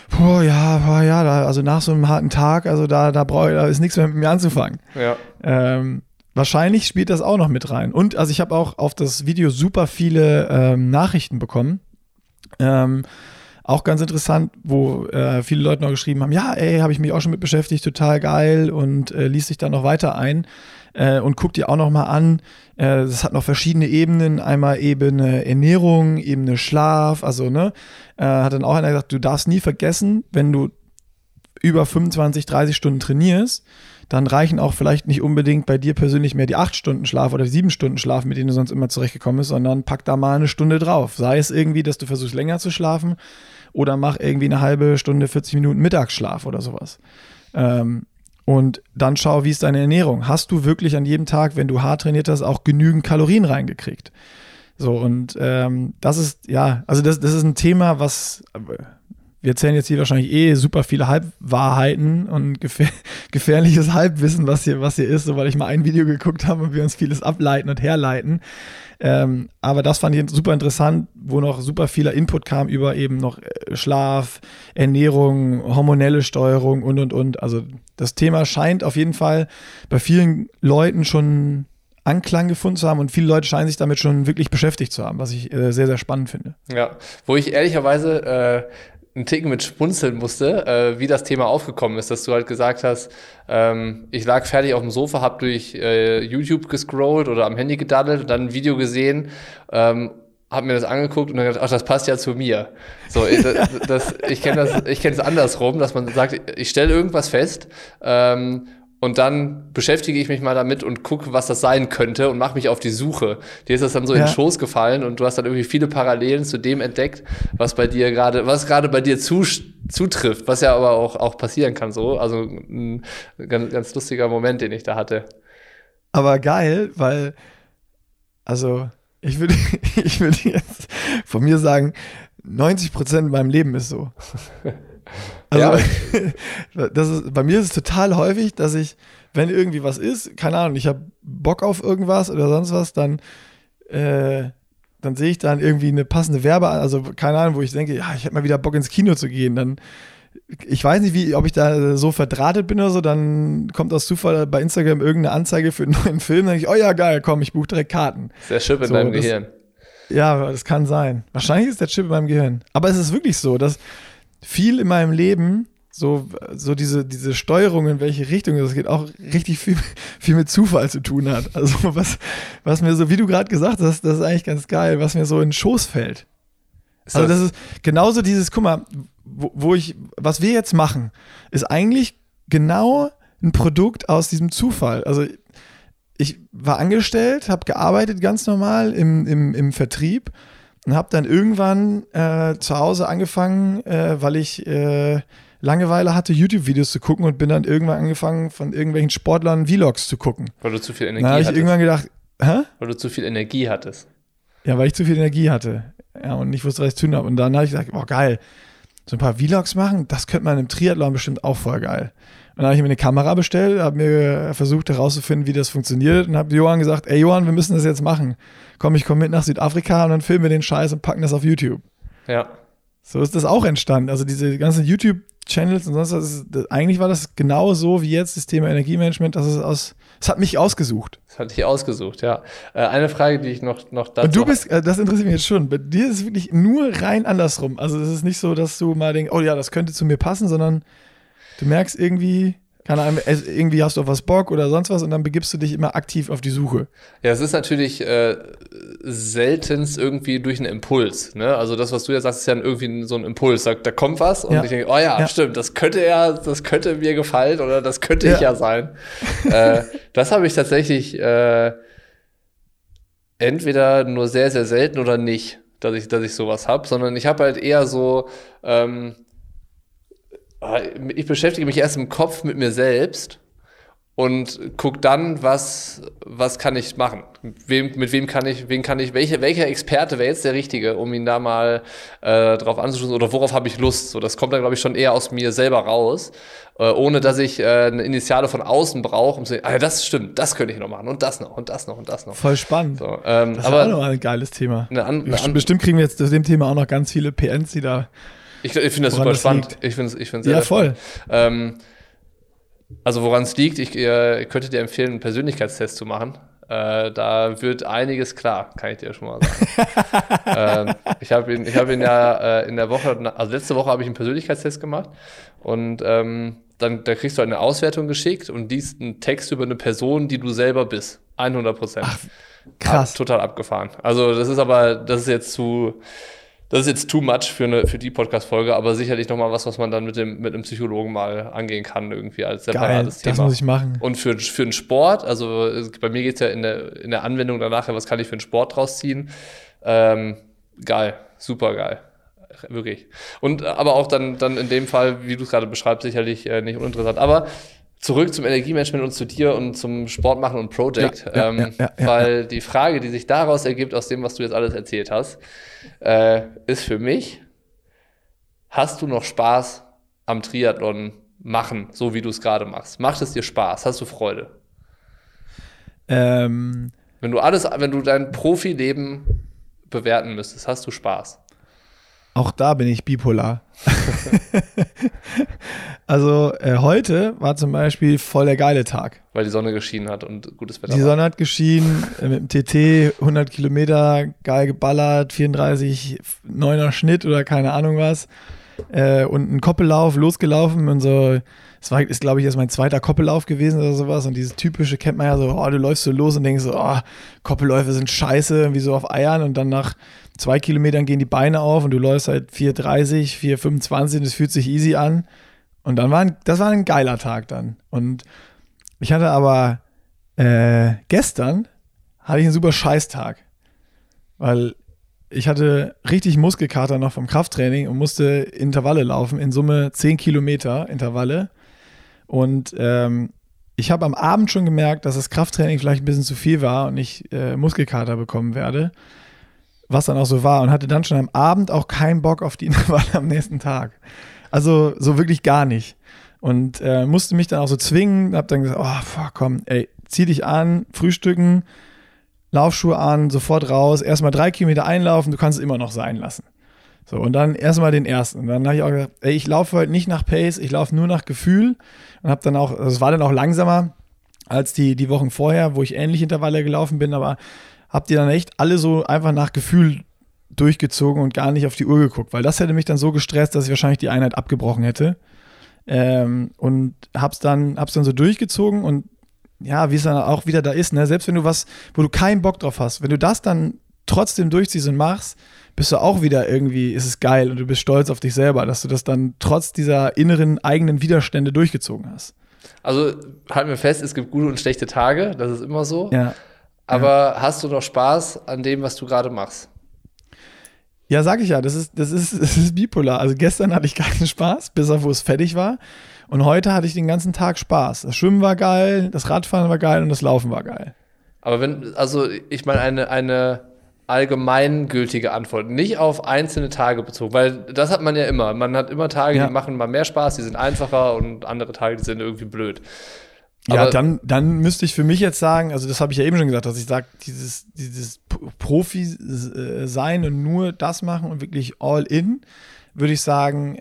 also nach so einem harten Tag, also da ist nichts mehr mit mir anzufangen. Ja. Wahrscheinlich spielt das auch noch mit rein. Und also ich habe auch auf das Video super viele Nachrichten bekommen. Auch ganz interessant, wo viele Leute noch geschrieben haben, ja, habe ich mich auch schon mit beschäftigt, total geil und liest sich dann noch weiter ein und guck dir auch noch mal an. Das hat noch verschiedene Ebenen, einmal Ebene Ernährung, Ebene Schlaf, also hat dann auch einer gesagt, du darfst nie vergessen, wenn du über 25, 30 Stunden trainierst, dann reichen auch vielleicht nicht unbedingt bei dir persönlich mehr die 8 Stunden Schlaf oder die 7 Stunden Schlaf, mit denen du sonst immer zurechtgekommen bist, sondern pack da mal eine Stunde drauf. Sei es irgendwie, dass du versuchst länger zu schlafen oder mach irgendwie eine halbe Stunde, 40 Minuten Mittagsschlaf oder sowas. Und dann schau, wie ist deine Ernährung? Hast du wirklich an jedem Tag, wenn du hart trainiert hast, auch genügend Kalorien reingekriegt? So, und das ist, das ist ein Thema, was wir erzählen jetzt hier wahrscheinlich super viele Halbwahrheiten und gefährliches Halbwissen, was hier ist, so weil ich mal ein Video geguckt habe und wir uns vieles ableiten und herleiten. Aber das fand ich super interessant, wo noch super vieler Input kam über eben noch Schlaf, Ernährung, hormonelle Steuerung und. Also das Thema scheint auf jeden Fall bei vielen Leuten schon Anklang gefunden zu haben und viele Leute scheinen sich damit schon wirklich beschäftigt zu haben, was ich sehr, sehr spannend finde. Ja, wo ich ehrlicherweise einen Ticken mit schmunzeln musste, wie das Thema aufgekommen ist, dass du halt gesagt hast, ich lag fertig auf dem Sofa, hab durch YouTube gescrollt oder am Handy gedaddelt und dann ein Video gesehen, hab mir das angeguckt und dann gedacht, ach, das passt ja zu mir. So, ich kenne es andersrum, dass man sagt, ich stelle irgendwas fest, und dann beschäftige ich mich mal damit und gucke, was das sein könnte und mache mich auf die Suche. Dir ist das dann so in den Schoß gefallen und du hast dann irgendwie viele Parallelen zu dem entdeckt, was gerade bei dir zutrifft, was ja aber auch passieren kann so. Also ein ganz, ganz lustiger Moment, den ich da hatte. Aber geil, weil, also ich würde jetzt von mir sagen, 90% in meinem Leben ist so. Also, bei mir ist es total häufig, dass ich, wenn irgendwie was ist, keine Ahnung, ich habe Bock auf irgendwas oder sonst was, dann sehe ich dann irgendwie eine passende also keine Ahnung, wo ich denke, ja, ich hätte mal wieder Bock ins Kino zu gehen, dann, ich weiß nicht, ob ich da so verdrahtet bin oder so, dann kommt aus Zufall bei Instagram irgendeine Anzeige für einen neuen Film, dann denke ich, oh ja, geil, komm, ich buche direkt Karten. Ist der Chip in deinem Gehirn. Ja, das kann sein. Wahrscheinlich ist der Chip in meinem Gehirn. Aber es ist wirklich so, dass viel in meinem Leben, so diese Steuerung, in welche Richtung es geht, auch richtig viel mit Zufall zu tun hat. Also was mir so, wie du gerade gesagt hast, das ist eigentlich ganz geil, was mir so in den Schoß fällt. Also das ist genauso dieses, guck mal, was wir jetzt machen, ist eigentlich genau ein Produkt aus diesem Zufall. Also ich war angestellt, habe gearbeitet ganz normal im Vertrieb und habe dann irgendwann zu Hause angefangen, weil ich Langeweile hatte, YouTube-Videos zu gucken und bin dann irgendwann angefangen, von irgendwelchen Sportlern Vlogs zu gucken. Weil du zu viel Energie hattest. Da habe ich irgendwann gedacht, Weil du zu viel Energie hattest. Ja, weil ich zu viel Energie hatte. Ja, und nicht wusste, was ich zu tun habe. Und dann habe ich gesagt, oh geil, so ein paar Vlogs machen, das könnte man im Triathlon bestimmt auch voll geil. Und dann habe ich mir eine Kamera bestellt, habe mir versucht herauszufinden, wie das funktioniert und habe Johann gesagt, ey Johann, wir müssen das jetzt machen. Komm, ich komme mit nach Südafrika und dann filmen wir den Scheiß und packen das auf YouTube. Ja. So ist das auch entstanden. Also diese ganzen YouTube-Channels und sonst was, eigentlich war das genau so wie jetzt das Thema Energiemanagement, es hat mich ausgesucht. Das hat dich ausgesucht, ja. Eine Frage, die ich noch dazu... Und du bist, das interessiert mich jetzt schon, bei dir ist es wirklich nur rein andersrum. Also es ist nicht so, dass du mal denkst, oh ja, das könnte zu mir passen, sondern du merkst irgendwie, keine Ahnung, irgendwie hast du auf was Bock oder sonst was und dann begibst du dich immer aktiv auf die Suche. Ja, es ist natürlich seltenst irgendwie durch einen Impuls. Ne? Also das, was du jetzt sagst, ist ja irgendwie so ein Impuls. Da kommt was und ich denke, oh ja, stimmt, das könnte mir gefallen oder das könnte ich ja sein. Das habe ich tatsächlich entweder nur sehr, sehr selten oder nicht, dass ich sowas habe, sondern ich habe halt eher so ich beschäftige mich erst im Kopf mit mir selbst und guck dann, was kann ich machen? Welcher Experte wäre jetzt der Richtige, um ihn da mal drauf anzuschließen oder worauf habe ich Lust? So, das kommt dann, glaube ich, schon eher aus mir selber raus, ohne dass ich eine Initiale von außen brauche, um zu sagen, das stimmt, das könnte ich noch machen und das noch und das noch und das noch. Voll spannend. So, das ist auch noch ein geiles Thema. Bestimmt kriegen wir jetzt zu dem Thema auch noch ganz viele PNs, die da. Ich finde das super spannend. Ich finde es sehr, sehr voll. Spannend. Also woran es liegt, ich könnte dir empfehlen, einen Persönlichkeitstest zu machen. Da wird einiges klar, kann ich dir schon mal sagen. Ich habe ihn ja in der Woche, also letzte Woche habe ich einen Persönlichkeitstest gemacht und da kriegst du eine Auswertung geschickt und liest einen Text über eine Person, die du selber bist. 100%. Ach, krass. Total abgefahren. Also das ist jetzt too much für die Podcast-Folge, aber sicherlich nochmal was man dann mit einem Psychologen mal angehen kann, irgendwie als separates Thema. Das muss ich machen. Und für den Sport, also bei mir geht es ja in der Anwendung danach, was kann ich für einen Sport draus ziehen? Geil, super geil. Wirklich. Und aber auch dann in dem Fall, wie du es gerade beschreibst, sicherlich nicht uninteressant. Aber zurück zum Energiemanagement und zu dir und zum Sportmachen und Project. Weil die Frage, die sich daraus ergibt, aus dem, was du jetzt alles erzählt hast, ist für mich, hast du noch Spaß am Triathlon machen, so wie du es gerade machst? Macht es dir Spaß? Hast du Freude? Wenn du dein Profileben bewerten müsstest, hast du Spaß? Auch da bin ich bipolar. Also heute war zum Beispiel voll der geile Tag. Weil die Sonne geschienen hat und gutes Wetter war. Die Sonne hat geschienen, mit dem TT 100 Kilometer, geil geballert, 34,9er Schnitt oder keine Ahnung was. Und ein Koppellauf, losgelaufen und so. Ist, glaube ich, erst mein zweiter Koppellauf gewesen oder sowas. Und dieses typische kennt man ja so, du läufst so los und denkst so, Koppelläufe sind scheiße, wie so auf Eiern. Und dann nach 2 Kilometern gehen die Beine auf und du läufst halt 4,30, 4,25 und es fühlt sich easy an. Und das war ein geiler Tag dann. Und ich hatte aber gestern hatte ich einen super Scheißtag. Weil ich hatte richtig Muskelkater noch vom Krafttraining und musste Intervalle laufen, in Summe 10 Kilometer Intervalle. Und ich habe am Abend schon gemerkt, dass das Krafttraining vielleicht ein bisschen zu viel war und ich Muskelkater bekommen werde. Was dann auch so war. Und hatte dann schon am Abend auch keinen Bock auf die Intervalle am nächsten Tag. Also so wirklich gar nicht. Und musste mich dann auch so zwingen. Hab dann gesagt, komm, zieh dich an, frühstücken, Laufschuhe an, sofort raus, erstmal 3 Kilometer einlaufen, du kannst es immer noch sein lassen. So, und dann erstmal den ersten. Und dann habe ich auch gesagt, ich laufe heute nicht nach Pace, ich laufe nur nach Gefühl. Und habe dann auch, also es war dann auch langsamer als die Wochen vorher, wo ich ähnliche Intervalle gelaufen bin, aber habt ihr dann echt alle so einfach nach Gefühl durchgezogen und gar nicht auf die Uhr geguckt, weil das hätte mich dann so gestresst, dass ich wahrscheinlich die Einheit abgebrochen hätte. Und hab's dann so durchgezogen und ja, wie es dann auch wieder da ist, ne? Selbst wenn du was, wo du keinen Bock drauf hast, wenn du das dann trotzdem durchziehst und machst, bist du auch wieder irgendwie, ist es geil und du bist stolz auf dich selber, dass du das dann trotz dieser inneren eigenen Widerstände durchgezogen hast. Also halten wir fest, es gibt gute und schlechte Tage, das ist immer so. Ja. Aber hast du noch Spaß an dem, was du gerade machst? Ja, sag ich ja, das ist bipolar. Also gestern hatte ich keinen Spaß, bis auf wo es fertig war. Und heute hatte ich den ganzen Tag Spaß. Das Schwimmen war geil, das Radfahren war geil und das Laufen war geil. Aber ich meine eine allgemeingültige Antwort, nicht auf einzelne Tage bezogen, weil das hat man ja immer. Man hat immer Tage, die machen mal mehr Spaß, die sind einfacher und andere Tage, die sind irgendwie blöd. Ja, dann müsste ich für mich jetzt sagen, also das habe ich ja eben schon gesagt, dass ich sage, dieses Profi sein und nur das machen und wirklich all in, würde ich sagen,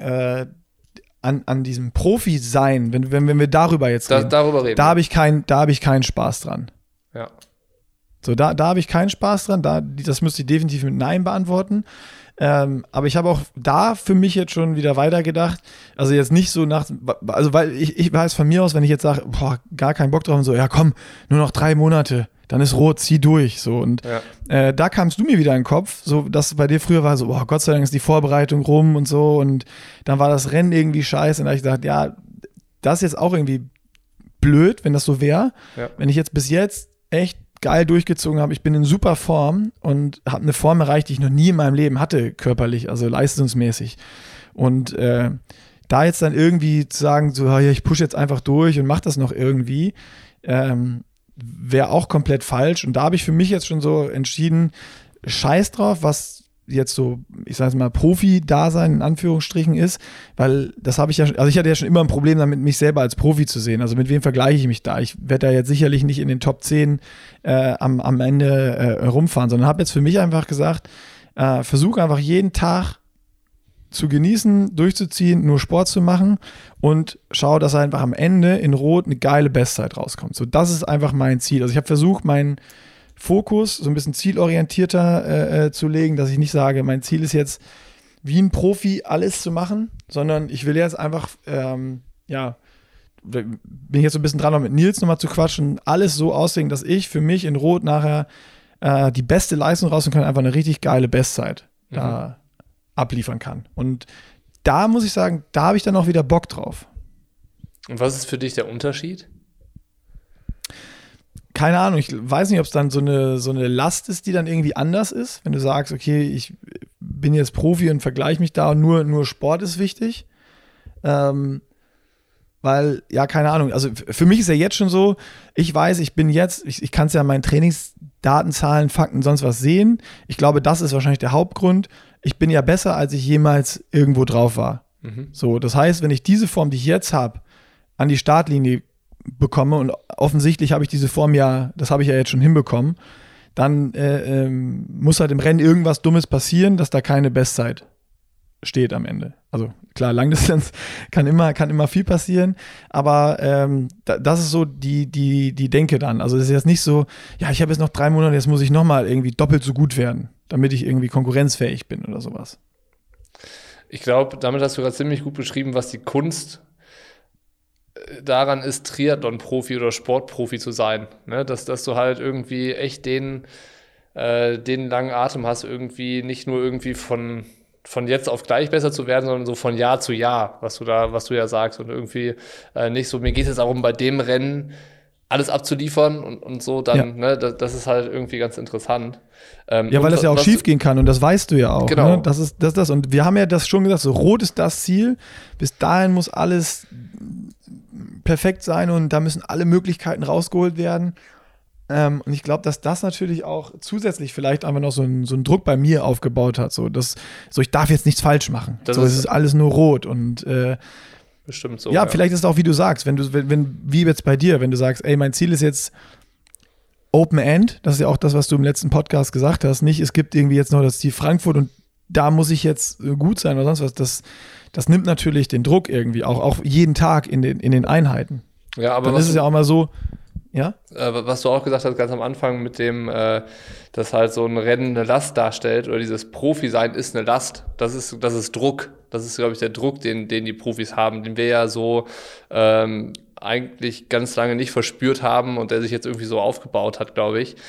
an diesem Profi sein, wenn wir darüber jetzt reden, darüber reden, da habe ich keinen Spaß dran. Ja. So, da habe ich keinen Spaß dran, das müsste ich definitiv mit Nein beantworten. Aber ich habe auch da für mich jetzt schon wieder weitergedacht. Also jetzt nicht so weil ich weiß von mir aus, wenn ich jetzt sage, gar keinen Bock drauf und so, ja komm, nur noch 3 Monate, dann ist rot, zieh durch. So, und da kamst du mir wieder in den Kopf, so dass bei dir früher war so, Gott sei Dank ist die Vorbereitung rum und so und dann war das Rennen irgendwie scheiße und da habe ich gedacht, ja, das ist jetzt auch irgendwie blöd, wenn das so wäre. Ja. Wenn ich jetzt bis jetzt echt geil durchgezogen habe, ich bin in super Form und habe eine Form erreicht, die ich noch nie in meinem Leben hatte, körperlich, also leistungsmäßig. Und Da jetzt dann irgendwie zu sagen, so, ja, ich pushe jetzt einfach durch und mache das noch irgendwie, wäre auch komplett falsch. Und da habe ich für mich jetzt schon so entschieden, scheiß drauf, was jetzt so, ich sage mal, Profi-Dasein in Anführungsstrichen ist, weil das habe ich ja, also ich hatte ja schon immer ein Problem damit, mich selber als Profi zu sehen. Also mit wem vergleiche ich mich da? Ich werde da jetzt sicherlich nicht in den Top 10 am Ende rumfahren, sondern habe jetzt für mich einfach gesagt, versuche einfach jeden Tag zu genießen, durchzuziehen, nur Sport zu machen und schaue, dass einfach am Ende in Rot eine geile Bestzeit rauskommt. So, das ist einfach mein Ziel. Also ich habe versucht, meinen Fokus so ein bisschen zielorientierter zu legen, dass ich nicht sage, mein Ziel ist jetzt wie ein Profi alles zu machen, sondern ich will jetzt einfach, bin ich jetzt so ein bisschen dran, noch mit Nils nochmal zu quatschen, alles so auslegen, dass ich für mich in Rot nachher die beste Leistung rausholen kann, einfach eine richtig geile Bestzeit da abliefern kann. Und da muss ich sagen, da habe ich dann auch wieder Bock drauf. Und was ist für dich der Unterschied? Keine Ahnung, ich weiß nicht, ob es dann so eine Last ist, die dann irgendwie anders ist, wenn du sagst, okay, ich bin jetzt Profi und vergleiche mich da und nur Sport ist wichtig. Weil, ja, keine Ahnung, also für mich ist ja jetzt schon so, ich weiß, ich bin jetzt, ich kann es ja an meinen Trainingsdaten, Zahlen, Fakten, sonst was sehen. Ich glaube, das ist wahrscheinlich der Hauptgrund. Ich bin ja besser, als ich jemals irgendwo drauf war. So, das heißt, wenn ich diese Form, die ich jetzt habe, an die Startlinie bekomme und offensichtlich habe ich diese Form ja, das habe ich ja jetzt schon hinbekommen, dann muss halt im Rennen irgendwas Dummes passieren, dass da keine Bestzeit steht am Ende. Also klar, Langdistanz kann immer viel passieren, aber das ist so die Denke dann. Also es ist jetzt nicht so, ja, ich habe jetzt noch 3 Monate, jetzt muss ich nochmal irgendwie doppelt so gut werden, damit ich irgendwie konkurrenzfähig bin oder sowas. Ich glaube, damit hast du gerade ziemlich gut beschrieben, was die Kunst daran ist, Triathlon-Profi oder Sportprofi zu sein. Ne? Dass du halt irgendwie echt den langen Atem hast, irgendwie nicht nur irgendwie von jetzt auf gleich besser zu werden, sondern so von Jahr zu Jahr, was du ja sagst. Und irgendwie nicht so, mir geht es jetzt darum, bei dem Rennen alles abzuliefern und so, dann, ja. Ne, das ist halt irgendwie ganz interessant. Ja, weil das ja auch schief gehen kann und das weißt du ja auch. Genau. Ne? Das ist das. Und wir haben ja das schon gesagt, so rot ist das Ziel, bis dahin muss alles perfekt sein und da müssen alle Möglichkeiten rausgeholt werden. Und ich glaube, dass das natürlich auch zusätzlich vielleicht einfach noch so einen Druck bei mir aufgebaut hat. So, ich darf jetzt nichts falsch machen. Es ist alles nur rot. Und bestimmt so. Ja, vielleicht ist es auch, wie du sagst, wie jetzt bei dir, wenn du sagst, ey, mein Ziel ist jetzt Open End, das ist ja auch das, was du im letzten Podcast gesagt hast, nicht, es gibt irgendwie jetzt noch das Ziel Frankfurt und da muss ich jetzt gut sein oder sonst was. Das nimmt natürlich den Druck irgendwie, auch jeden Tag in den Einheiten. Ja, aber dann ist es ja auch mal so, ja? Was du auch gesagt hast ganz am Anfang mit dem, dass halt so ein Rennen eine Last darstellt oder dieses Profi-Sein ist eine Last, das ist Druck. Das ist, glaube ich, der Druck, den die Profis haben, den wir ja so eigentlich ganz lange nicht verspürt haben und der sich jetzt irgendwie so aufgebaut hat, glaube ich.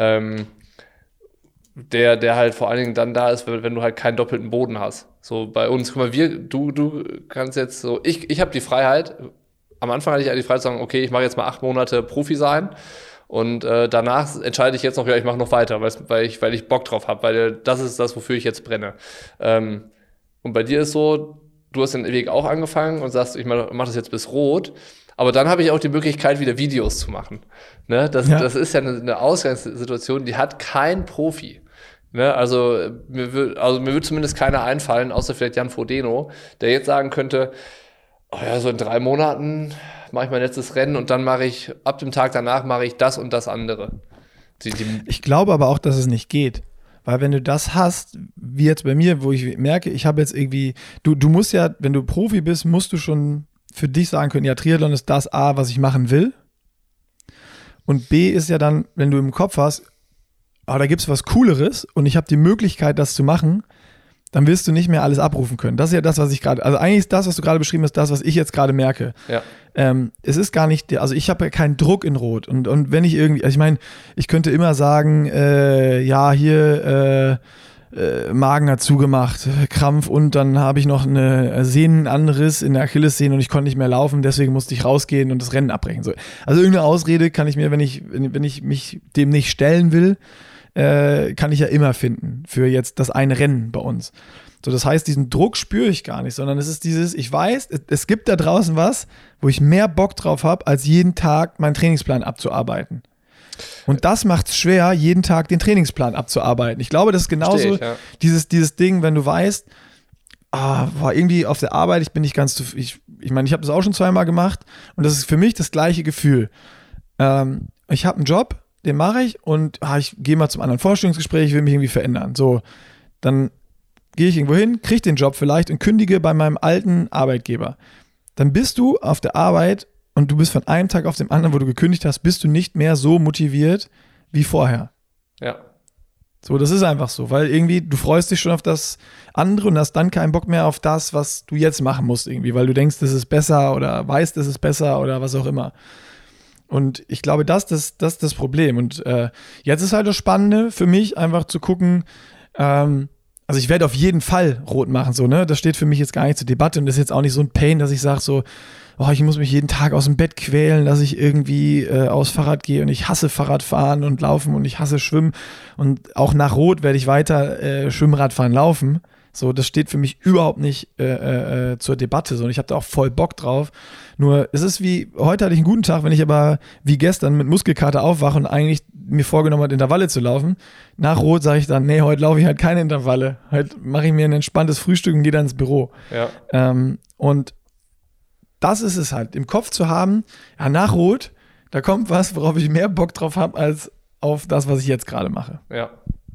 Der halt vor allen Dingen dann da ist, wenn du halt keinen doppelten Boden hast. So bei uns, guck mal, du kannst jetzt so, ich habe die Freiheit, am Anfang hatte ich die Freiheit zu sagen, okay, ich mache jetzt mal 8 Monate Profi sein und danach entscheide ich jetzt noch, ja, ich mache noch weiter, weil ich Bock drauf habe, weil das ist das, wofür ich jetzt brenne. Und bei dir ist so, du hast den Weg auch angefangen und sagst, ich mach das jetzt bis Rot, aber dann habe ich auch die Möglichkeit, wieder Videos zu machen. Ne? Das ist ja eine Ausgangssituation, die hat kein Profi. Ne? Also mir wird zumindest keiner einfallen, außer vielleicht Jan Frodeno, der jetzt sagen könnte, oh ja, so in 3 Monaten mache ich mein letztes Rennen und dann ab dem Tag danach mache ich das und das andere. Ich glaube aber auch, dass es nicht geht. Weil wenn du das hast, wie jetzt bei mir, wo ich merke, ich habe jetzt irgendwie, du musst ja, wenn du Profi bist, musst du schon für dich sagen können, ja, Triathlon ist das A, was ich machen will. Und B ist ja dann, wenn du im Kopf hast, da gibt es was Cooleres und ich habe die Möglichkeit, das zu machen, dann wirst du nicht mehr alles abrufen können. Das ist ja das, was ich gerade, also eigentlich ist das, was du gerade beschrieben hast, das, was ich jetzt gerade merke. Ja. Es ist gar nicht, also ich habe ja keinen Druck in Rot und wenn ich irgendwie, also ich meine, ich könnte immer sagen, Magen hat zugemacht, Krampf und dann habe ich noch einen Sehnenanriss in der Achillessehne und ich konnte nicht mehr laufen, deswegen musste ich rausgehen und das Rennen abbrechen. Also irgendeine Ausrede kann ich mir, wenn ich mich dem nicht stellen will, kann ich ja immer finden für jetzt das eine Rennen bei uns. So, das heißt, diesen Druck spüre ich gar nicht, sondern es ist dieses, ich weiß, es gibt da draußen was, wo ich mehr Bock drauf habe, als jeden Tag meinen Trainingsplan abzuarbeiten. Und das macht es schwer, jeden Tag den Trainingsplan abzuarbeiten. Ich glaube, das ist genauso dieses Ding, wenn du weißt, irgendwie auf der Arbeit, ich bin nicht ganz zufrieden. Ich meine, ich habe das auch schon zweimal gemacht und das ist für mich das gleiche Gefühl. Ich habe einen Job, den mache ich und ich gehe mal zum anderen Vorstellungsgespräch, ich will mich irgendwie verändern. So, dann gehe ich irgendwo hin, kriege den Job vielleicht und kündige bei meinem alten Arbeitgeber. Dann bist du auf der Arbeit und du bist von einem Tag auf den anderen, wo du gekündigt hast, bist du nicht mehr so motiviert wie vorher. Ja. So, das ist einfach so, weil irgendwie du freust dich schon auf das andere und hast dann keinen Bock mehr auf das, was du jetzt machen musst irgendwie, weil du denkst, das ist besser oder weißt, das ist besser oder was auch immer. Und ich glaube, das ist das Problem. Und jetzt ist halt das Spannende für mich, einfach zu gucken, also ich werde auf jeden Fall rot machen, so, ne? Das steht für mich jetzt gar nicht zur Debatte und das ist jetzt auch nicht so ein Pain, dass ich sage so, ich muss mich jeden Tag aus dem Bett quälen, dass ich irgendwie aufs Fahrrad gehe und ich hasse Fahrradfahren und Laufen und ich hasse Schwimmen und auch nach Rot werde ich weiter Schwimmradfahren, laufen. So, das steht für mich überhaupt nicht zur Debatte so und ich habe da auch voll Bock drauf. Nur es ist wie, heute hatte ich einen guten Tag, wenn ich aber wie gestern mit Muskelkater aufwache und eigentlich mir vorgenommen habe, Intervalle zu laufen. Nach Rot sage ich dann, nee, heute laufe ich halt keine Intervalle. Heute mache ich mir ein entspanntes Frühstück und gehe dann ins Büro. Ja. Und das ist es halt, im Kopf zu haben, nach Rot, da kommt was, worauf ich mehr Bock drauf habe, als auf das, was ich jetzt gerade mache. Ja.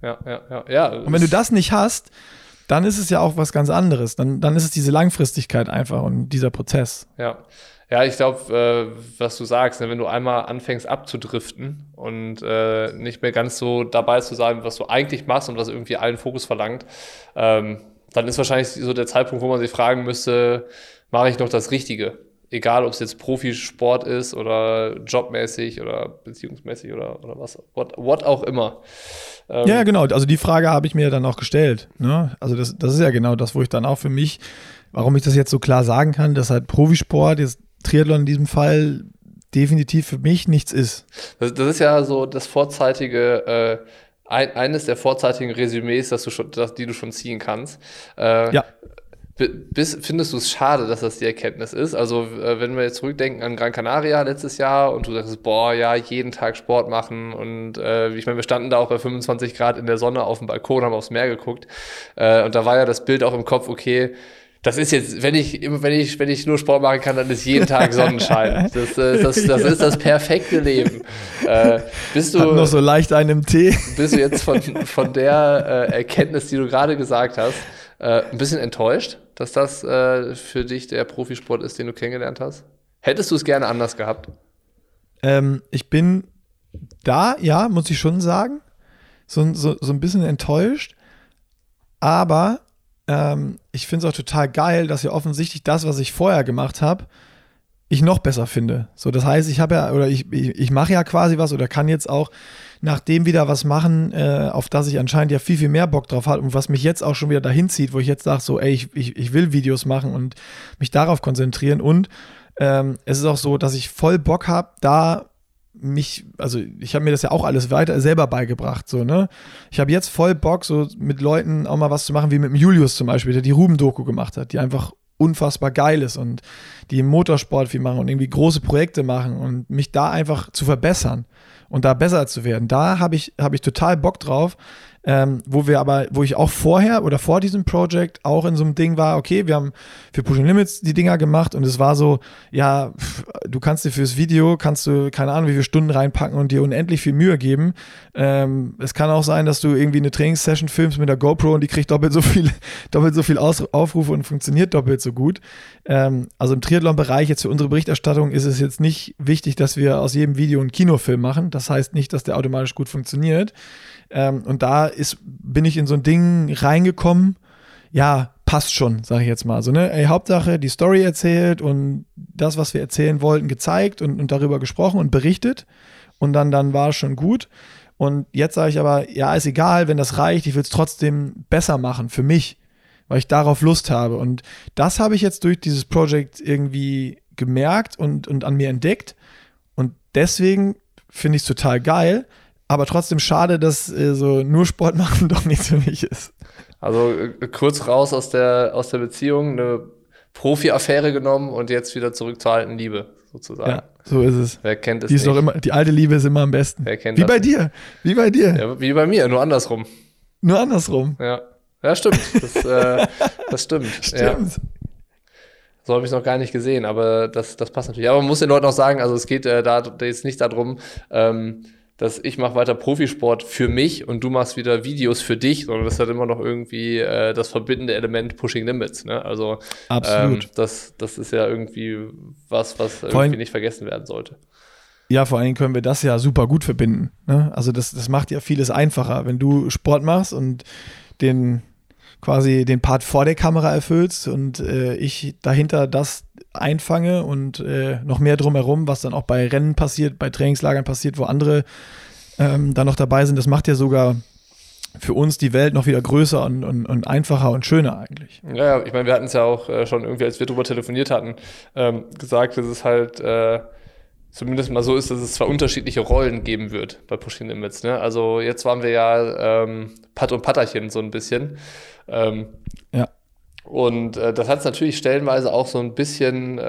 Und wenn du das nicht hast, dann ist es ja auch was ganz anderes. Dann ist es diese Langfristigkeit einfach und dieser Prozess. Ja, ich glaube, was du sagst, wenn du einmal anfängst abzudriften und nicht mehr ganz so dabei zu sein, was du eigentlich machst und was irgendwie allen Fokus verlangt, dann ist wahrscheinlich so der Zeitpunkt, wo man sich fragen müsste, mache ich noch das Richtige? Egal, ob es jetzt Profisport ist oder jobmäßig oder beziehungsmäßig oder was, what auch immer. Ja, genau. Also die Frage habe ich mir dann auch gestellt. Ne? Also das ist ja genau das, wo ich dann auch für mich, warum ich das jetzt so klar sagen kann, dass halt Profisport, jetzt Triathlon in diesem Fall, definitiv für mich nichts ist. Das ist ja so das vorzeitige, eines der vorzeitigen Resümees, die du schon ziehen kannst. Ja. Findest du es schade, dass das die Erkenntnis ist? Also wenn wir jetzt zurückdenken an Gran Canaria letztes Jahr und du sagst, jeden Tag Sport machen und ich meine, wir standen da auch bei 25 Grad in der Sonne auf dem Balkon, haben aufs Meer geguckt und da war ja das Bild auch im Kopf, okay, das ist jetzt, wenn ich nur Sport machen kann, dann ist jeden Tag Sonnenschein. Das ist das perfekte Leben. Bist du hat noch so leicht einen Tee. Bist du jetzt von der Erkenntnis, die du gerade gesagt hast, ein bisschen enttäuscht, dass das für dich der Profisport ist, den du kennengelernt hast? Hättest du es gerne anders gehabt? Ich bin da, ja, muss ich schon sagen, so ein bisschen enttäuscht, aber ich finde es auch total geil, dass ja offensichtlich das, was ich vorher gemacht habe, ich noch besser finde. So, das heißt, ich mache ja quasi was oder kann jetzt auch nach dem wieder was machen, auf das ich anscheinend ja viel, viel mehr Bock drauf habe und was mich jetzt auch schon wieder dahin zieht, wo ich jetzt sage, so, ich will Videos machen und mich darauf konzentrieren und es ist auch so, dass ich voll Bock habe, ich habe mir das ja auch alles weiter selber beigebracht, so, ne? Ich habe jetzt voll Bock, so mit Leuten auch mal was zu machen, wie mit dem Julius zum Beispiel, der die Ruben-Doku gemacht hat, die einfach unfassbar geil ist und die im Motorsport viel machen und irgendwie große Projekte machen und mich da einfach zu verbessern und da besser zu werden. Da habe ich total Bock drauf, wo ich auch vorher oder vor diesem Projekt auch in so einem Ding war, okay, wir haben für Pushing Limits die Dinger gemacht und es war so, ja, du kannst dir fürs Video, keine Ahnung, wie viele Stunden reinpacken und dir unendlich viel Mühe geben. Es kann auch sein, dass du irgendwie eine Trainingssession filmst mit der GoPro und die kriegt doppelt so viel Aufrufe und funktioniert doppelt so gut. Also im Triathlon-Bereich jetzt für unsere Berichterstattung ist es jetzt nicht wichtig, dass wir aus jedem Video einen Kinofilm machen. Das heißt nicht, dass der automatisch gut funktioniert. Und da bin ich in so ein Ding reingekommen, ja, passt schon, sage ich jetzt mal. So, ne? Hauptsache die Story erzählt und das, was wir erzählen wollten, gezeigt und darüber gesprochen und berichtet. Und dann war es schon gut. Und jetzt sage ich aber, ja, ist egal, wenn das reicht, ich will es trotzdem besser machen für mich, weil ich darauf Lust habe. Und das habe ich jetzt durch dieses Projekt irgendwie gemerkt und an mir entdeckt. Und deswegen finde ich es total geil. Aber trotzdem schade, dass so nur Sport machen doch nichts für mich ist. Also kurz raus aus der Beziehung, eine Profi-Affäre genommen und jetzt wieder zurück zur alten Liebe, sozusagen. Ja, so ist es. Wer kennt es Die ist nicht? Doch immer, die alte Liebe ist immer am besten. Wer kennt wie das bei nicht? dir. Wie bei dir. Ja, wie bei mir, nur andersrum. Nur andersrum. Ja, stimmt. Das stimmt. Stimmt. Ja. So habe ich es noch gar nicht gesehen, aber das passt natürlich. Aber man muss den Leuten auch sagen, also es geht da jetzt nicht darum, dass ich mache weiter Profisport für mich und du machst wieder Videos für dich, sondern das hat immer noch irgendwie das verbindende Element Pushing Limits. Ne? Also Absolut. Das ist ja irgendwie was allem, nicht vergessen werden sollte. Ja, vor allem können wir das ja super gut verbinden. Ne? Also das macht ja vieles einfacher, wenn du Sport machst und den Part vor der Kamera erfüllst und ich dahinter das einfange und noch mehr drumherum, was dann auch bei Rennen passiert, bei Trainingslagern passiert, wo andere da noch dabei sind. Das macht ja sogar für uns die Welt noch wieder größer und einfacher und schöner eigentlich. Ja, ich meine, wir hatten es ja auch schon irgendwie, als wir drüber telefoniert hatten, gesagt, dass es halt zumindest mal so ist, dass es zwar unterschiedliche Rollen geben wird bei Pushing Limits. Ne? Also jetzt waren wir ja Patt und Patterchen so ein bisschen. Ja. Und das hat es natürlich stellenweise auch so ein bisschen,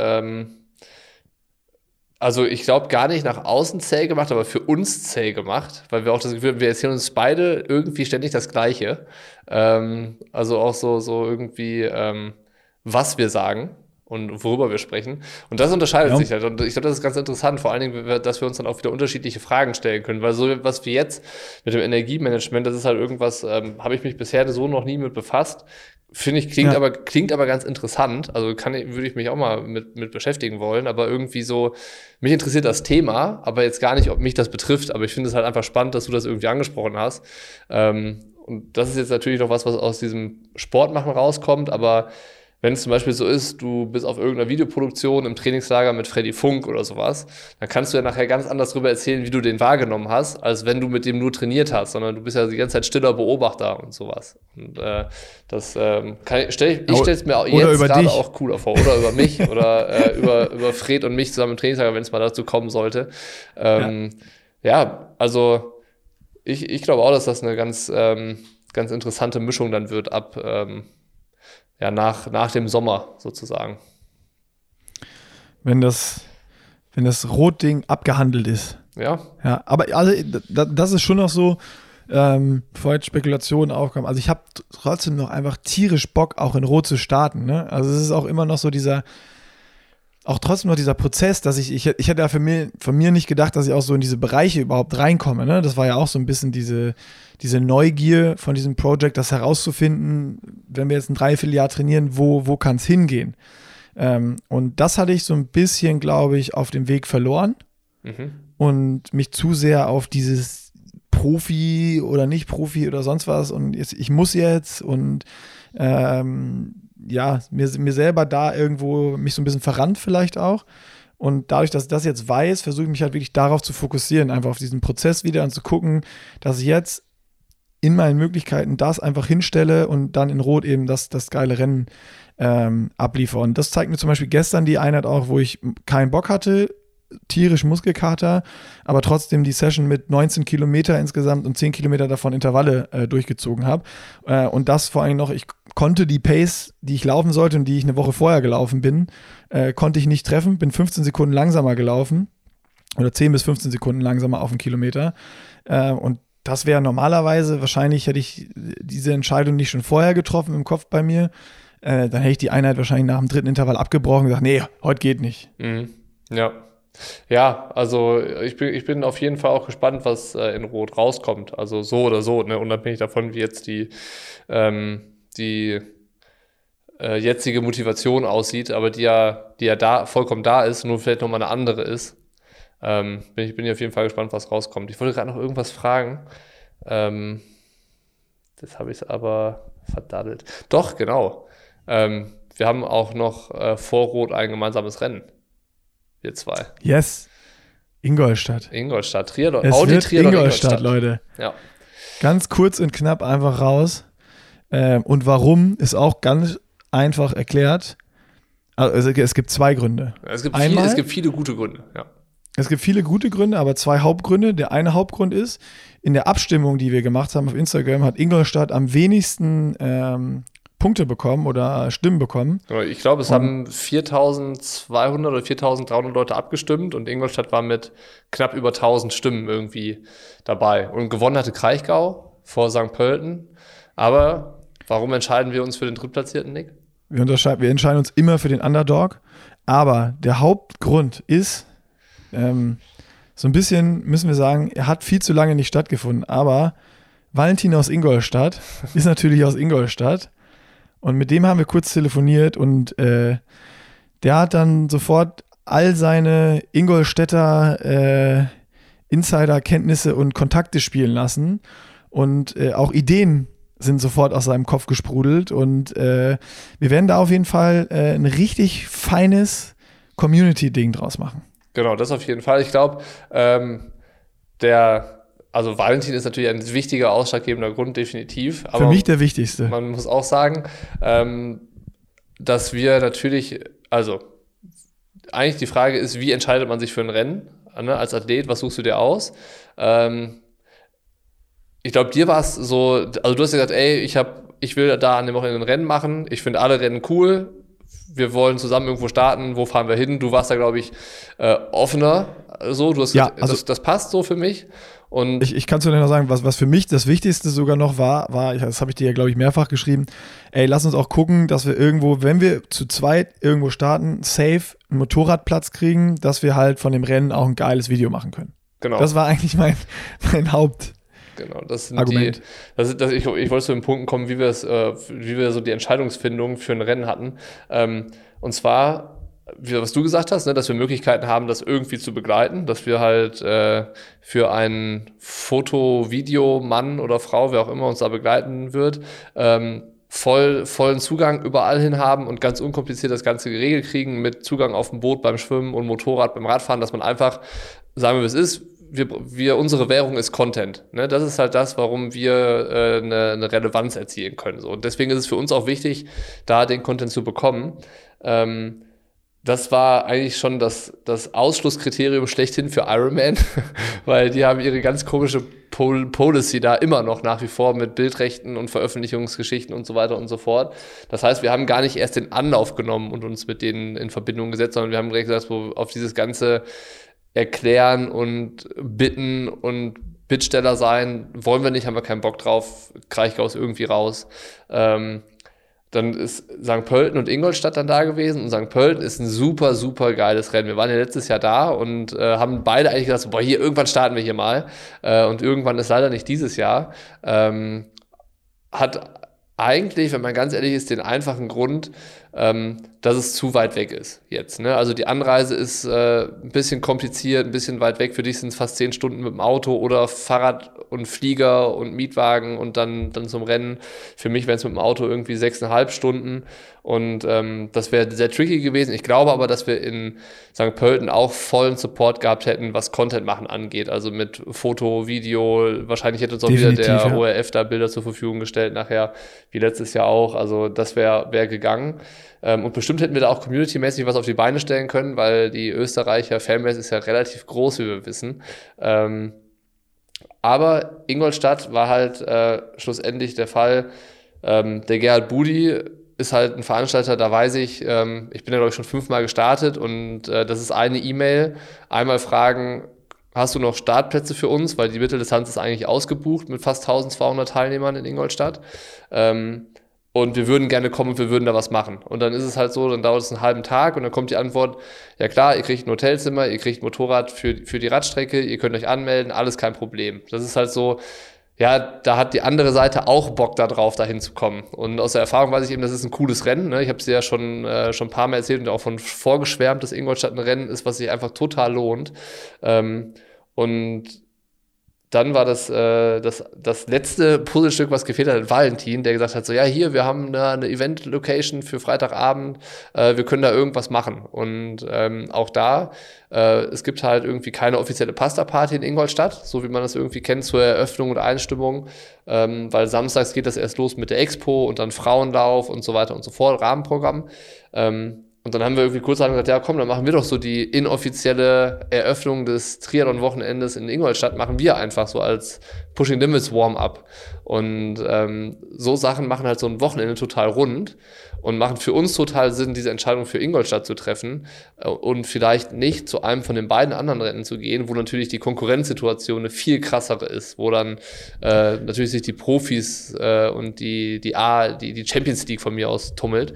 also ich glaube gar nicht nach außen zäh gemacht, aber für uns zäh gemacht, weil wir auch das Gefühl haben, wir erzählen uns beide irgendwie ständig das Gleiche. Also auch so irgendwie, was wir sagen und worüber wir sprechen. Und das unterscheidet sich halt. Und ich glaube, das ist ganz interessant, vor allen Dingen, dass wir uns dann auch wieder unterschiedliche Fragen stellen können. Weil so, was wir jetzt mit dem Energiemanagement, das ist halt irgendwas, habe ich mich bisher so noch nie mit befasst. Finde ich, klingt aber ganz interessant. Also würde ich mich auch mal mit beschäftigen wollen. Aber irgendwie so, mich interessiert das Thema, aber jetzt gar nicht, ob mich das betrifft. Aber ich finde es halt einfach spannend, dass du das irgendwie angesprochen hast. Und das ist jetzt natürlich noch was aus diesem Sportmachen rauskommt, aber wenn es zum Beispiel so ist, du bist auf irgendeiner Videoproduktion im Trainingslager mit Freddy Funk oder sowas, dann kannst du ja nachher ganz anders darüber erzählen, wie du den wahrgenommen hast, als wenn du mit dem nur trainiert hast, sondern du bist ja die ganze Zeit stiller Beobachter und sowas. Und das stelle es mir jetzt gerade auch cooler vor. Oder über mich oder über Fred und mich zusammen im Trainingslager, wenn es mal dazu kommen sollte. Also ich glaube auch, dass das eine ganz interessante Mischung dann wird ab nach dem Sommer sozusagen. Wenn das Rotding abgehandelt ist. Ja. Ja, aber also, das ist schon noch so, bevor jetzt Spekulationen aufkommen. Also ich habe trotzdem noch einfach tierisch Bock, auch in Rot zu starten. Ne? Also es ist auch immer noch so dieser Prozess, dass ich hätte ja von mir nicht gedacht, dass ich auch so in diese Bereiche überhaupt reinkomme. Ne? Das war ja auch so ein bisschen diese Neugier von diesem Project, das herauszufinden, wenn wir jetzt ein Dreivierteljahr trainieren, wo kann es hingehen? Und das hatte ich so ein bisschen, glaube ich, auf dem Weg verloren und mich zu sehr auf dieses Profi oder nicht Profi oder sonst was und ich muss jetzt und mir selber da irgendwo mich so ein bisschen verrannt vielleicht auch. Und dadurch, dass ich das jetzt weiß, versuche ich mich halt wirklich darauf zu fokussieren, einfach auf diesen Prozess wieder und zu gucken, dass ich jetzt in meinen Möglichkeiten das einfach hinstelle und dann in Rot eben das geile Rennen abliefere. Und das zeigt mir zum Beispiel gestern die Einheit auch, wo ich keinen Bock hatte, tierisch Muskelkater, aber trotzdem die Session mit 19 Kilometer insgesamt und 10 Kilometer davon Intervalle durchgezogen habe. Und das vor allem noch, ich konnte die Pace, die ich laufen sollte und die ich eine Woche vorher gelaufen bin, konnte ich nicht treffen, bin 15 Sekunden langsamer gelaufen oder 10 bis 15 Sekunden langsamer auf einen Kilometer. Und das wäre normalerweise, wahrscheinlich hätte ich diese Entscheidung nicht schon vorher getroffen im Kopf bei mir, dann hätte ich die Einheit wahrscheinlich nach dem dritten Intervall abgebrochen und gesagt, nee, heute geht nicht. Ja, also ich bin auf jeden Fall auch gespannt, was in Rot rauskommt. Also so oder so, ne? Unabhängig davon, wie jetzt die jetzige Motivation aussieht, aber die ja da vollkommen da ist, nur vielleicht nochmal eine andere ist. Bin ich auf jeden Fall gespannt, was rauskommt. Ich wollte gerade noch irgendwas fragen. Das habe ich aber verdaddelt. Doch, genau. Wir haben auch noch vor Rot ein gemeinsames Rennen. Wir zwei. Yes. Ingolstadt. Triathlon. Audi Triathlon Ingolstadt, Leute. Ja. Ganz kurz und knapp einfach raus. Und warum ist auch ganz einfach erklärt. Also es gibt zwei Gründe. Es gibt viele gute Gründe, ja. Es gibt viele gute Gründe, aber 2 Hauptgründe. Der eine Hauptgrund ist, in der Abstimmung, die wir gemacht haben auf Instagram, hat Ingolstadt am wenigsten Punkte bekommen oder Stimmen bekommen. Ich glaube, es haben 4.200 oder 4.300 Leute abgestimmt und Ingolstadt war mit knapp über 1.000 Stimmen irgendwie dabei. Und gewonnen hatte Kraichgau vor St. Pölten. Aber warum entscheiden wir uns für den Drittplatzierten, Nick? Wir entscheiden uns immer für den Underdog. Aber der Hauptgrund ist, so ein bisschen müssen wir sagen, er hat viel zu lange nicht stattgefunden. Aber Valentin aus Ingolstadt ist natürlich aus Ingolstadt. Und mit dem haben wir kurz telefoniert und der hat dann sofort all seine Ingolstädter Insider-Kenntnisse und Kontakte spielen lassen. Und auch Ideen sind sofort aus seinem Kopf gesprudelt. Und wir werden da auf jeden Fall ein richtig feines Community-Ding draus machen. Genau, das auf jeden Fall. Ich glaube, also Valentin ist natürlich ein wichtiger, ausschlaggebender Grund, definitiv. Aber für mich der wichtigste. Man muss auch sagen, dass wir natürlich, also eigentlich die Frage ist, wie entscheidet man sich für ein Rennen, ne, als Athlet, was suchst du dir aus? Ich glaube, dir war es so, also du hast gesagt, ey, ich will da an dem Wochenende ein Rennen machen, ich finde alle Rennen cool, wir wollen zusammen irgendwo starten, wo fahren wir hin? Du warst da, glaube ich, offener, so, du hast ja, gesagt, also das passt so für mich. Und ich kann es dir noch sagen, was für mich das Wichtigste sogar noch war, das habe ich dir ja, glaube ich, mehrfach geschrieben, ey, lass uns auch gucken, dass wir irgendwo, wenn wir zu zweit irgendwo starten, safe einen Motorradplatz kriegen, dass wir halt von dem Rennen auch ein geiles Video machen können. Genau. Das war eigentlich mein Haupt. Genau, das sind Argument. ich wollte zu den Punkten kommen, wie wir so die Entscheidungsfindung für ein Rennen hatten. Und zwar, was du gesagt hast, ne, dass wir Möglichkeiten haben, das irgendwie zu begleiten, dass wir halt für einen Foto-, Video-, Mann oder Frau, wer auch immer uns da begleiten wird, vollen Zugang überall hin haben und ganz unkompliziert das Ganze geregelt kriegen mit Zugang auf dem Boot beim Schwimmen und Motorrad beim Radfahren, dass man einfach, sagen wir, wie es ist, unsere Währung ist Content. Ne? Das ist halt das, warum wir eine Relevanz erzielen können. So. Und deswegen ist es für uns auch wichtig, da den Content zu bekommen. Das war eigentlich schon das Ausschlusskriterium schlechthin für Ironman, weil die haben ihre ganz komische Policy da immer noch nach wie vor mit Bildrechten und Veröffentlichungsgeschichten und so weiter und so fort. Das heißt, wir haben gar nicht erst den Anlauf genommen und uns mit denen in Verbindung gesetzt, sondern wir haben direkt gesagt, so auf dieses ganze Erklären und Bitten und Bittsteller sein, wollen wir nicht, haben wir keinen Bock drauf, Kraichgau ist irgendwie raus. Dann ist St. Pölten und Ingolstadt dann da gewesen und St. Pölten ist ein super, super geiles Rennen. Wir waren ja letztes Jahr da und haben beide eigentlich gesagt, boah, hier, irgendwann starten wir hier mal. Und irgendwann ist leider nicht dieses Jahr. Hat eigentlich, wenn man ganz ehrlich ist, den einfachen Grund, dass es zu weit weg ist jetzt. Ne? Also die Anreise ist ein bisschen kompliziert, ein bisschen weit weg. Für dich sind es fast 10 Stunden mit dem Auto oder Fahrrad und Flieger und Mietwagen und dann zum Rennen. Für mich wären es mit dem Auto irgendwie 6,5 Stunden und das wäre sehr tricky gewesen. Ich glaube aber, dass wir in St. Pölten auch vollen Support gehabt hätten, was Content machen angeht. Also mit Foto, Video, wahrscheinlich hätte uns auch definitiv, wieder der ja. ORF da Bilder zur Verfügung gestellt nachher, wie letztes Jahr auch. Also das wäre gegangen. Und bestimmt hätten wir da auch community-mäßig was auf die Beine stellen können, weil die Österreicher Fanbase ist ja relativ groß, wie wir wissen. Aber Ingolstadt war halt schlussendlich der Fall. Der Gerhard Budi ist halt ein Veranstalter, da weiß ich bin ja, glaube ich, schon 5-mal gestartet und das ist eine E-Mail, einmal fragen, hast du noch Startplätze für uns, weil die Mitteldistanz ist eigentlich ausgebucht mit fast 1.200 Teilnehmern in Ingolstadt. Und wir würden gerne kommen und wir würden da was machen. Und dann ist es halt so, dann dauert es einen halben Tag und dann kommt die Antwort, ja klar, ihr kriegt ein Hotelzimmer, ihr kriegt ein Motorrad für die Radstrecke, ihr könnt euch anmelden, alles kein Problem. Das ist halt so, ja, da hat die andere Seite auch Bock da drauf, da hinzukommen. Und aus der Erfahrung weiß ich eben, das ist ein cooles Rennen. Ne? Ich habe es dir ja schon ein paar Mal erzählt und auch von vorgeschwärmt, dass Ingolstadt ein Rennen ist, was sich einfach total lohnt. Und dann war das letzte Puzzlestück, was gefehlt hat, Valentin, der gesagt hat, so ja, hier, wir haben eine Event-Location für Freitagabend, wir können da irgendwas machen. Und auch da, es gibt halt irgendwie keine offizielle Pasta-Party in Ingolstadt, so wie man das irgendwie kennt zur Eröffnung und Einstimmung, weil samstags geht das erst los mit der Expo und dann Frauenlauf und so weiter und so fort, Rahmenprogramm. Und dann haben wir irgendwie kurzerhand gesagt, ja komm, dann machen wir doch so die inoffizielle Eröffnung des Triathlon-Wochenendes in Ingolstadt, machen wir einfach so als Pushing Limits Warm-up. Und so Sachen machen halt so ein Wochenende total rund und machen für uns total Sinn, diese Entscheidung für Ingolstadt zu treffen und vielleicht nicht zu einem von den beiden anderen Rennen zu gehen, wo natürlich die Konkurrenzsituation eine viel krassere ist, wo dann natürlich sich die Profis und die Champions League von mir aus tummelt.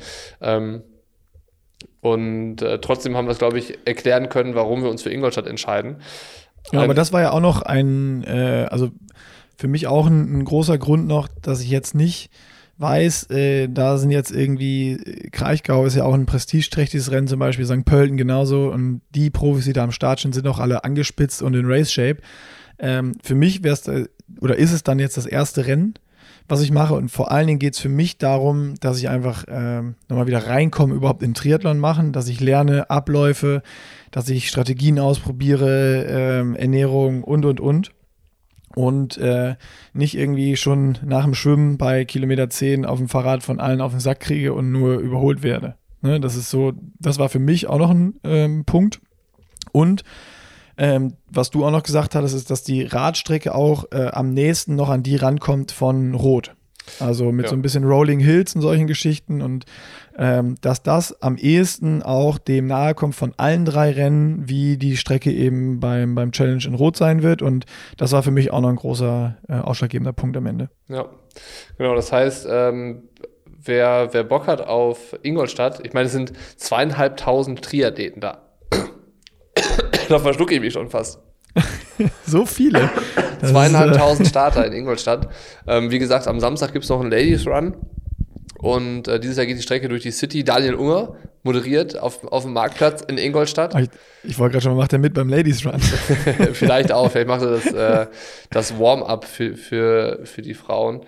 Und trotzdem haben wir es, glaube ich, erklären können, warum wir uns für Ingolstadt entscheiden. Ja, aber das war ja auch noch also für mich auch ein großer Grund noch, dass ich jetzt nicht weiß, da sind jetzt irgendwie, Kraichgau ist ja auch ein prestigeträchtiges Rennen, zum Beispiel St. Pölten genauso, und die Profis, die da am Start sind auch alle angespitzt und in Race-Shape. Für mich ist es dann jetzt das erste Rennen, was ich mache, und vor allen Dingen geht es für mich darum, dass ich einfach nochmal wieder reinkomme, überhaupt in Triathlon machen, dass ich lerne Abläufe, dass ich Strategien ausprobiere, Ernährung und nicht irgendwie schon nach dem Schwimmen bei Kilometer 10 auf dem Fahrrad von allen auf den Sack kriege und nur überholt werde. Ne, das war für mich auch noch ein Punkt. Und was du auch noch gesagt hattest, ist, dass die Radstrecke auch am nächsten noch an die rankommt von Rot. Also mit so ein bisschen Rolling Hills und solchen Geschichten, und dass das am ehesten auch dem nahe kommt von allen 3 Rennen, wie die Strecke eben beim Challenge in Rot sein wird, und das war für mich auch noch ein großer ausschlaggebender Punkt am Ende. Ja, genau, das heißt, wer Bock hat auf Ingolstadt, ich meine, es sind 2.500 Triathleten da. Da verschlucke ich mich schon fast. So viele. 2.500 Starter in Ingolstadt. Wie gesagt, am Samstag gibt es noch einen Ladies Run. Und dieses Jahr geht die Strecke durch die City. Daniel Unger moderiert auf dem Marktplatz in Ingolstadt. Ich wollte gerade schon mal, macht er mit beim Ladies Run? Vielleicht auch. Vielleicht macht er das Warm-up für die Frauen.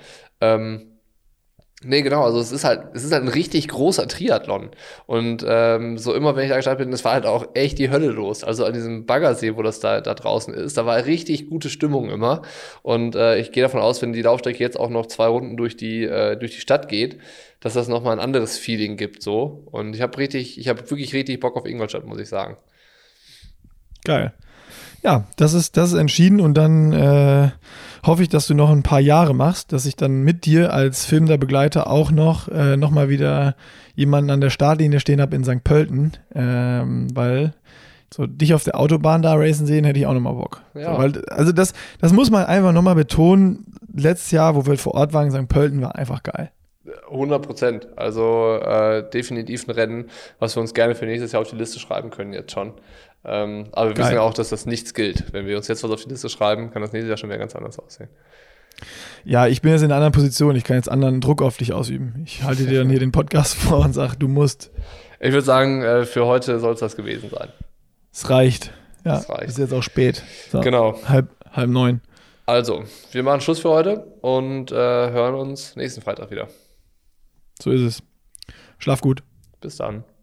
Nee, genau, also es ist halt ein richtig großer Triathlon. Und so immer, wenn ich da gestartet bin, es war halt auch echt die Hölle los. Also an diesem Baggersee, wo das da draußen ist, da war richtig gute Stimmung immer. Und ich gehe davon aus, wenn die Laufstrecke jetzt auch noch 2 Runden durch die Stadt geht, dass das nochmal ein anderes Feeling gibt. So. Und ich habe wirklich richtig Bock auf Ingolstadt, muss ich sagen. Geil. Ja, das ist entschieden, und dann hoffe ich, dass du noch ein paar Jahre machst, dass ich dann mit dir als filmender Begleiter auch noch mal wieder jemanden an der Startlinie stehen habe in St. Pölten, weil so dich auf der Autobahn da racen sehen, hätte ich auch nochmal Bock. Ja. So, also das muss man einfach nochmal betonen. Letztes Jahr, wo wir vor Ort waren, St. Pölten war einfach geil. 100%. Also definitiv ein Rennen, was wir uns gerne für nächstes Jahr auf die Liste schreiben können jetzt schon. Aber wir wissen ja auch, dass das nichts gilt. Wenn wir uns jetzt was auf die Liste schreiben, kann das nächstes Jahr schon wieder ganz anders aussehen. Ja, ich bin jetzt in einer anderen Position. Ich kann jetzt anderen Druck auf dich ausüben. Ich halte dir dann hier den Podcast vor und sage, du musst. Ich würde sagen, für heute soll es das gewesen sein. Es reicht. Ja, es ist jetzt auch spät. So, genau. 8:30. Also, wir machen Schluss für heute und hören uns nächsten Freitag wieder. So ist es. Schlaf gut. Bis dann.